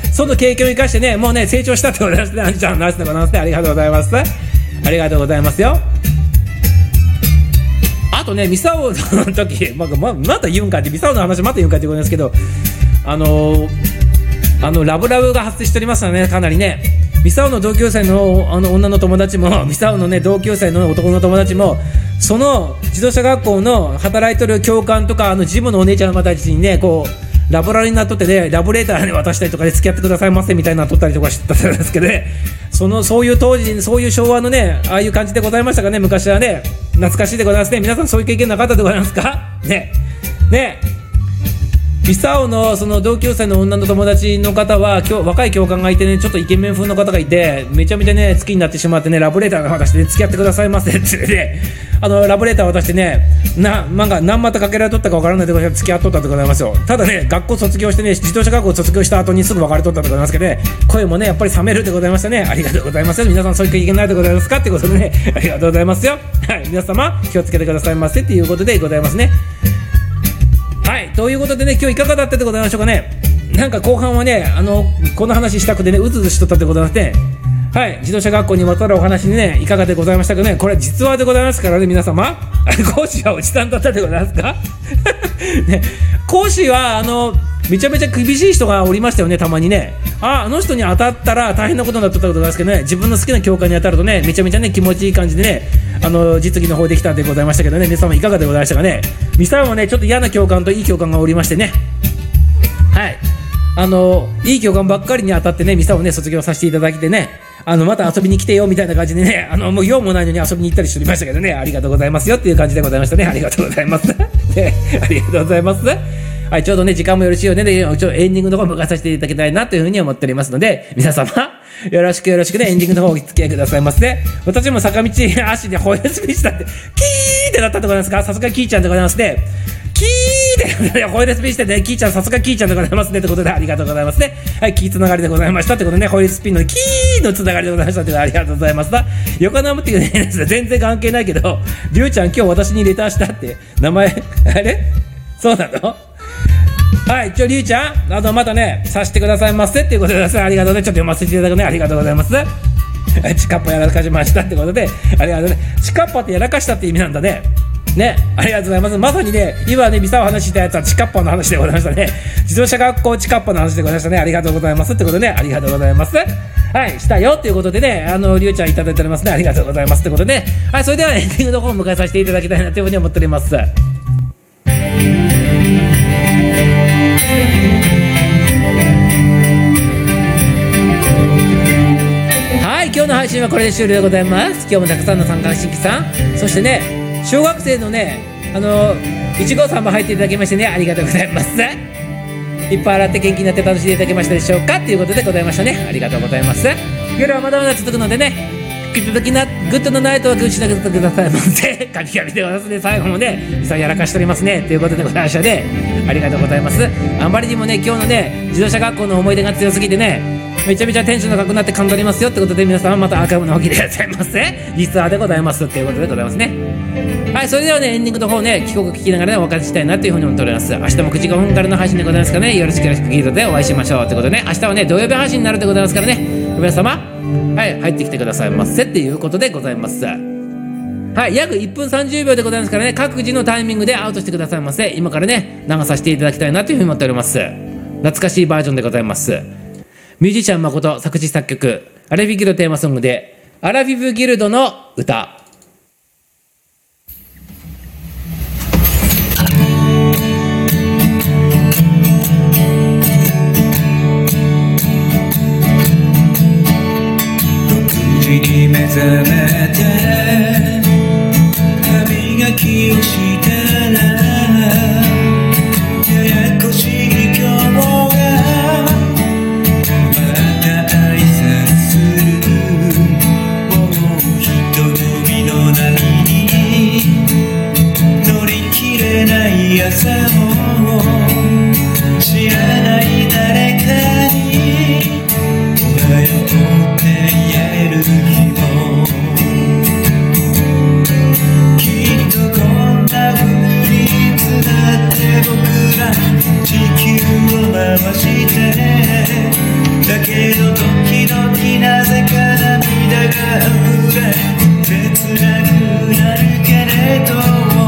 その経験を生かしてねもうね成長したってことですね。アンちゃんの話でございますね。ありがとうございます。ありがとうございますよ。あとねミサオの時、まままた言うんかってミサオの話また言うんかってことですけど、あのー、あのラブラブが発生しておりますよね。かなりねミサオの同級生 の, あの女の友達もミサオの、ね、同級生の男の友達もその自動車学校の働いてる教官とかあのジムのお姉ちゃんの方たちにねこうラブラリになっとってねラブレーターに渡したりとかで付き合ってくださいませみたいなの撮ったりとかしてたんですけどね、そのそういう当時そういう昭和のねああいう感じでございましたかね。昔はね懐かしいでございますね。皆さんそういう経験なかったでございますかね。ねミサオのその同級生の女の友達の方は今日若い教官がいてねちょっとイケメン風の方がいてめちゃめちゃね好きになってしまってねラブレーターを渡して、ね、付き合ってくださいませってねあのラブレーターを渡してねななんか何股かけられとったか分からないで付き合っとったでございますよ。ただね学校卒業してね自動車学校卒業した後にすぐ別れとったでございますけどね、声もねやっぱり冷めるでございましたね。ありがとうございます。皆さんそういう経験ないでございますかってことでねありがとうございますよ。はい皆様気をつけてくださいませっていうことでございますね。はいということでね今日いかがだったでございましょうかね。なんか後半はねあのこの話したくてねうずうずしとったでございまして、はい自動車学校にまつわるお話にねいかがでございましたかね。これ実話でございますからね皆様講師はおじさんだったでございますか、ね、講師はあのめちゃめちゃ厳しい人がおりましたよね。たまにねああの人に当たったら大変なことになっとったことなんですけどね、自分の好きな教官に当たるとねめちゃめちゃね気持ちいい感じでねあの実技の方できたんでございましたけどね、皆様いかがでございましたかね。ミサオもねちょっと嫌な教官といい教官がおりましてね、 はい、あのいい教官ばっかりに当たってね、ミサをね卒業させていただいてね、あのまた遊びに来てよみたいな感じでね、あのもう用もないのに遊びに行ったりしておりましたけどね、ありがとうございますよっていう感じでございましたね。ありがとうございますね、ありがとうございます。はい、ちょうどね時間もよろしいようで、ね、ちょっとエンディングの方を迎えさせていただきたいなというふうに思っておりますので、皆様よろしくよろしくね、エンディングの方お付き合いくださいませ、ね。私も坂道足でホイールスピーチだってキーってなったところなんですか、さすがキーちゃんでございますね。キーってホイールスピンしてね、キーちゃんさすがキーちゃんでございますねということで、ありがとうございますね。はい、キーつながりでございましたということでね、ホイールスピンのキーのつながりでございましたということで、ありがとうございます。横浜っていうね、全然関係ないけど、りゅうちゃん今日私にレターしたって名前あれそうなの。はい、ちょりゅうちゃん、あのまたねさしてくださいませっていうことで、ありがとうね。ちょっと読ませていただくね、ありがとうございます。チカッパやらかしましたってことで、ありがとうね。チカッパってやらかしたって意味なんだね。ね、ありがとうございます。まさにね、今ね、ミサを話したやつはチカッパの話でございましたね。自動車学校チカッパの話でございましたね。ありがとうございますってことでね、ありがとうございます。はい、したよっていうことでね、あのりゅうちゃんいただいておりますね。ありがとうございますってことでね、はい、それではエンディングの方を迎えさせていただきたいなというふうに思っております。はい、今日の配信はこれで終了でございます。今日もたくさんの参加新規さん、そしてね、小学生のね、あのいち号さんも入っていただきましてね、ありがとうございます。いっぱい洗って元気になって楽しんでいただけましたでしょうかということでございましたね。ありがとうございます。夜はまだまだ続くのでね、引き続きなグッドのナイトワークしなくてくださいませ。カミカミでございますね。最後もね、実際やらかしておりますねということでございましたね。ありがとうございます。あまりにもね、今日のね自動車学校の思い出が強すぎてね、めちゃめちゃテンションが高くなって感動ありますよってことで、皆さんはまたアーカイブの方聞いてくださいませ。実話でございますっていうことでございますね。はい、それではね、エンディングの方ね、帰国聞きながらね、お別れしたいなというふうに思っております。明日もくじごふんからの配信でございますからね、よろしくよろしく聞いてでお会いしましょうということでね、明日はね土曜日配信になるでございますからね、皆様はい入ってきてくださいませっていうことでございます。はい、約いっぷんさんじゅうびょうでございますからね、各自のタイミングでアウトしてくださいませ。今からね流させていただきたいなというふうに思っております。懐かしいバージョンでございます。ミュージシャン誠作詞作曲、アラフィギルドテーマソングでアラフィフギルドの歌。 に目覚めて歯磨きをしたら、ややこしい今日がまた挨拶する。もう人混みの波に乗り切れない朝も、知らない誰かにおはようって言える日も、きっとこんな風にいつだって僕ら地球を回して、だけど時々なぜか涙が溢れ切なくなるけれど、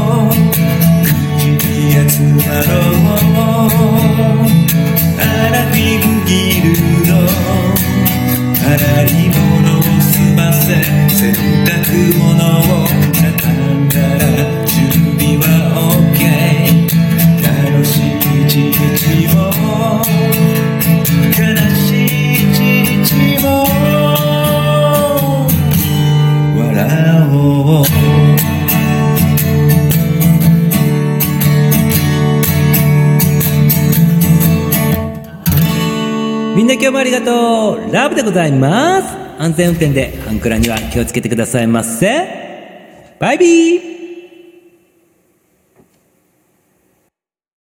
口に集まろうアラフィフギルド、洗い物を済ませ洗濯物を畳んだら準備は OK。 楽しい一日も悲しい一日も笑おう。 みんな今日もありがとう。ラブでございます。安全運転でハンクラには気をつけてくださいませ。バイビー。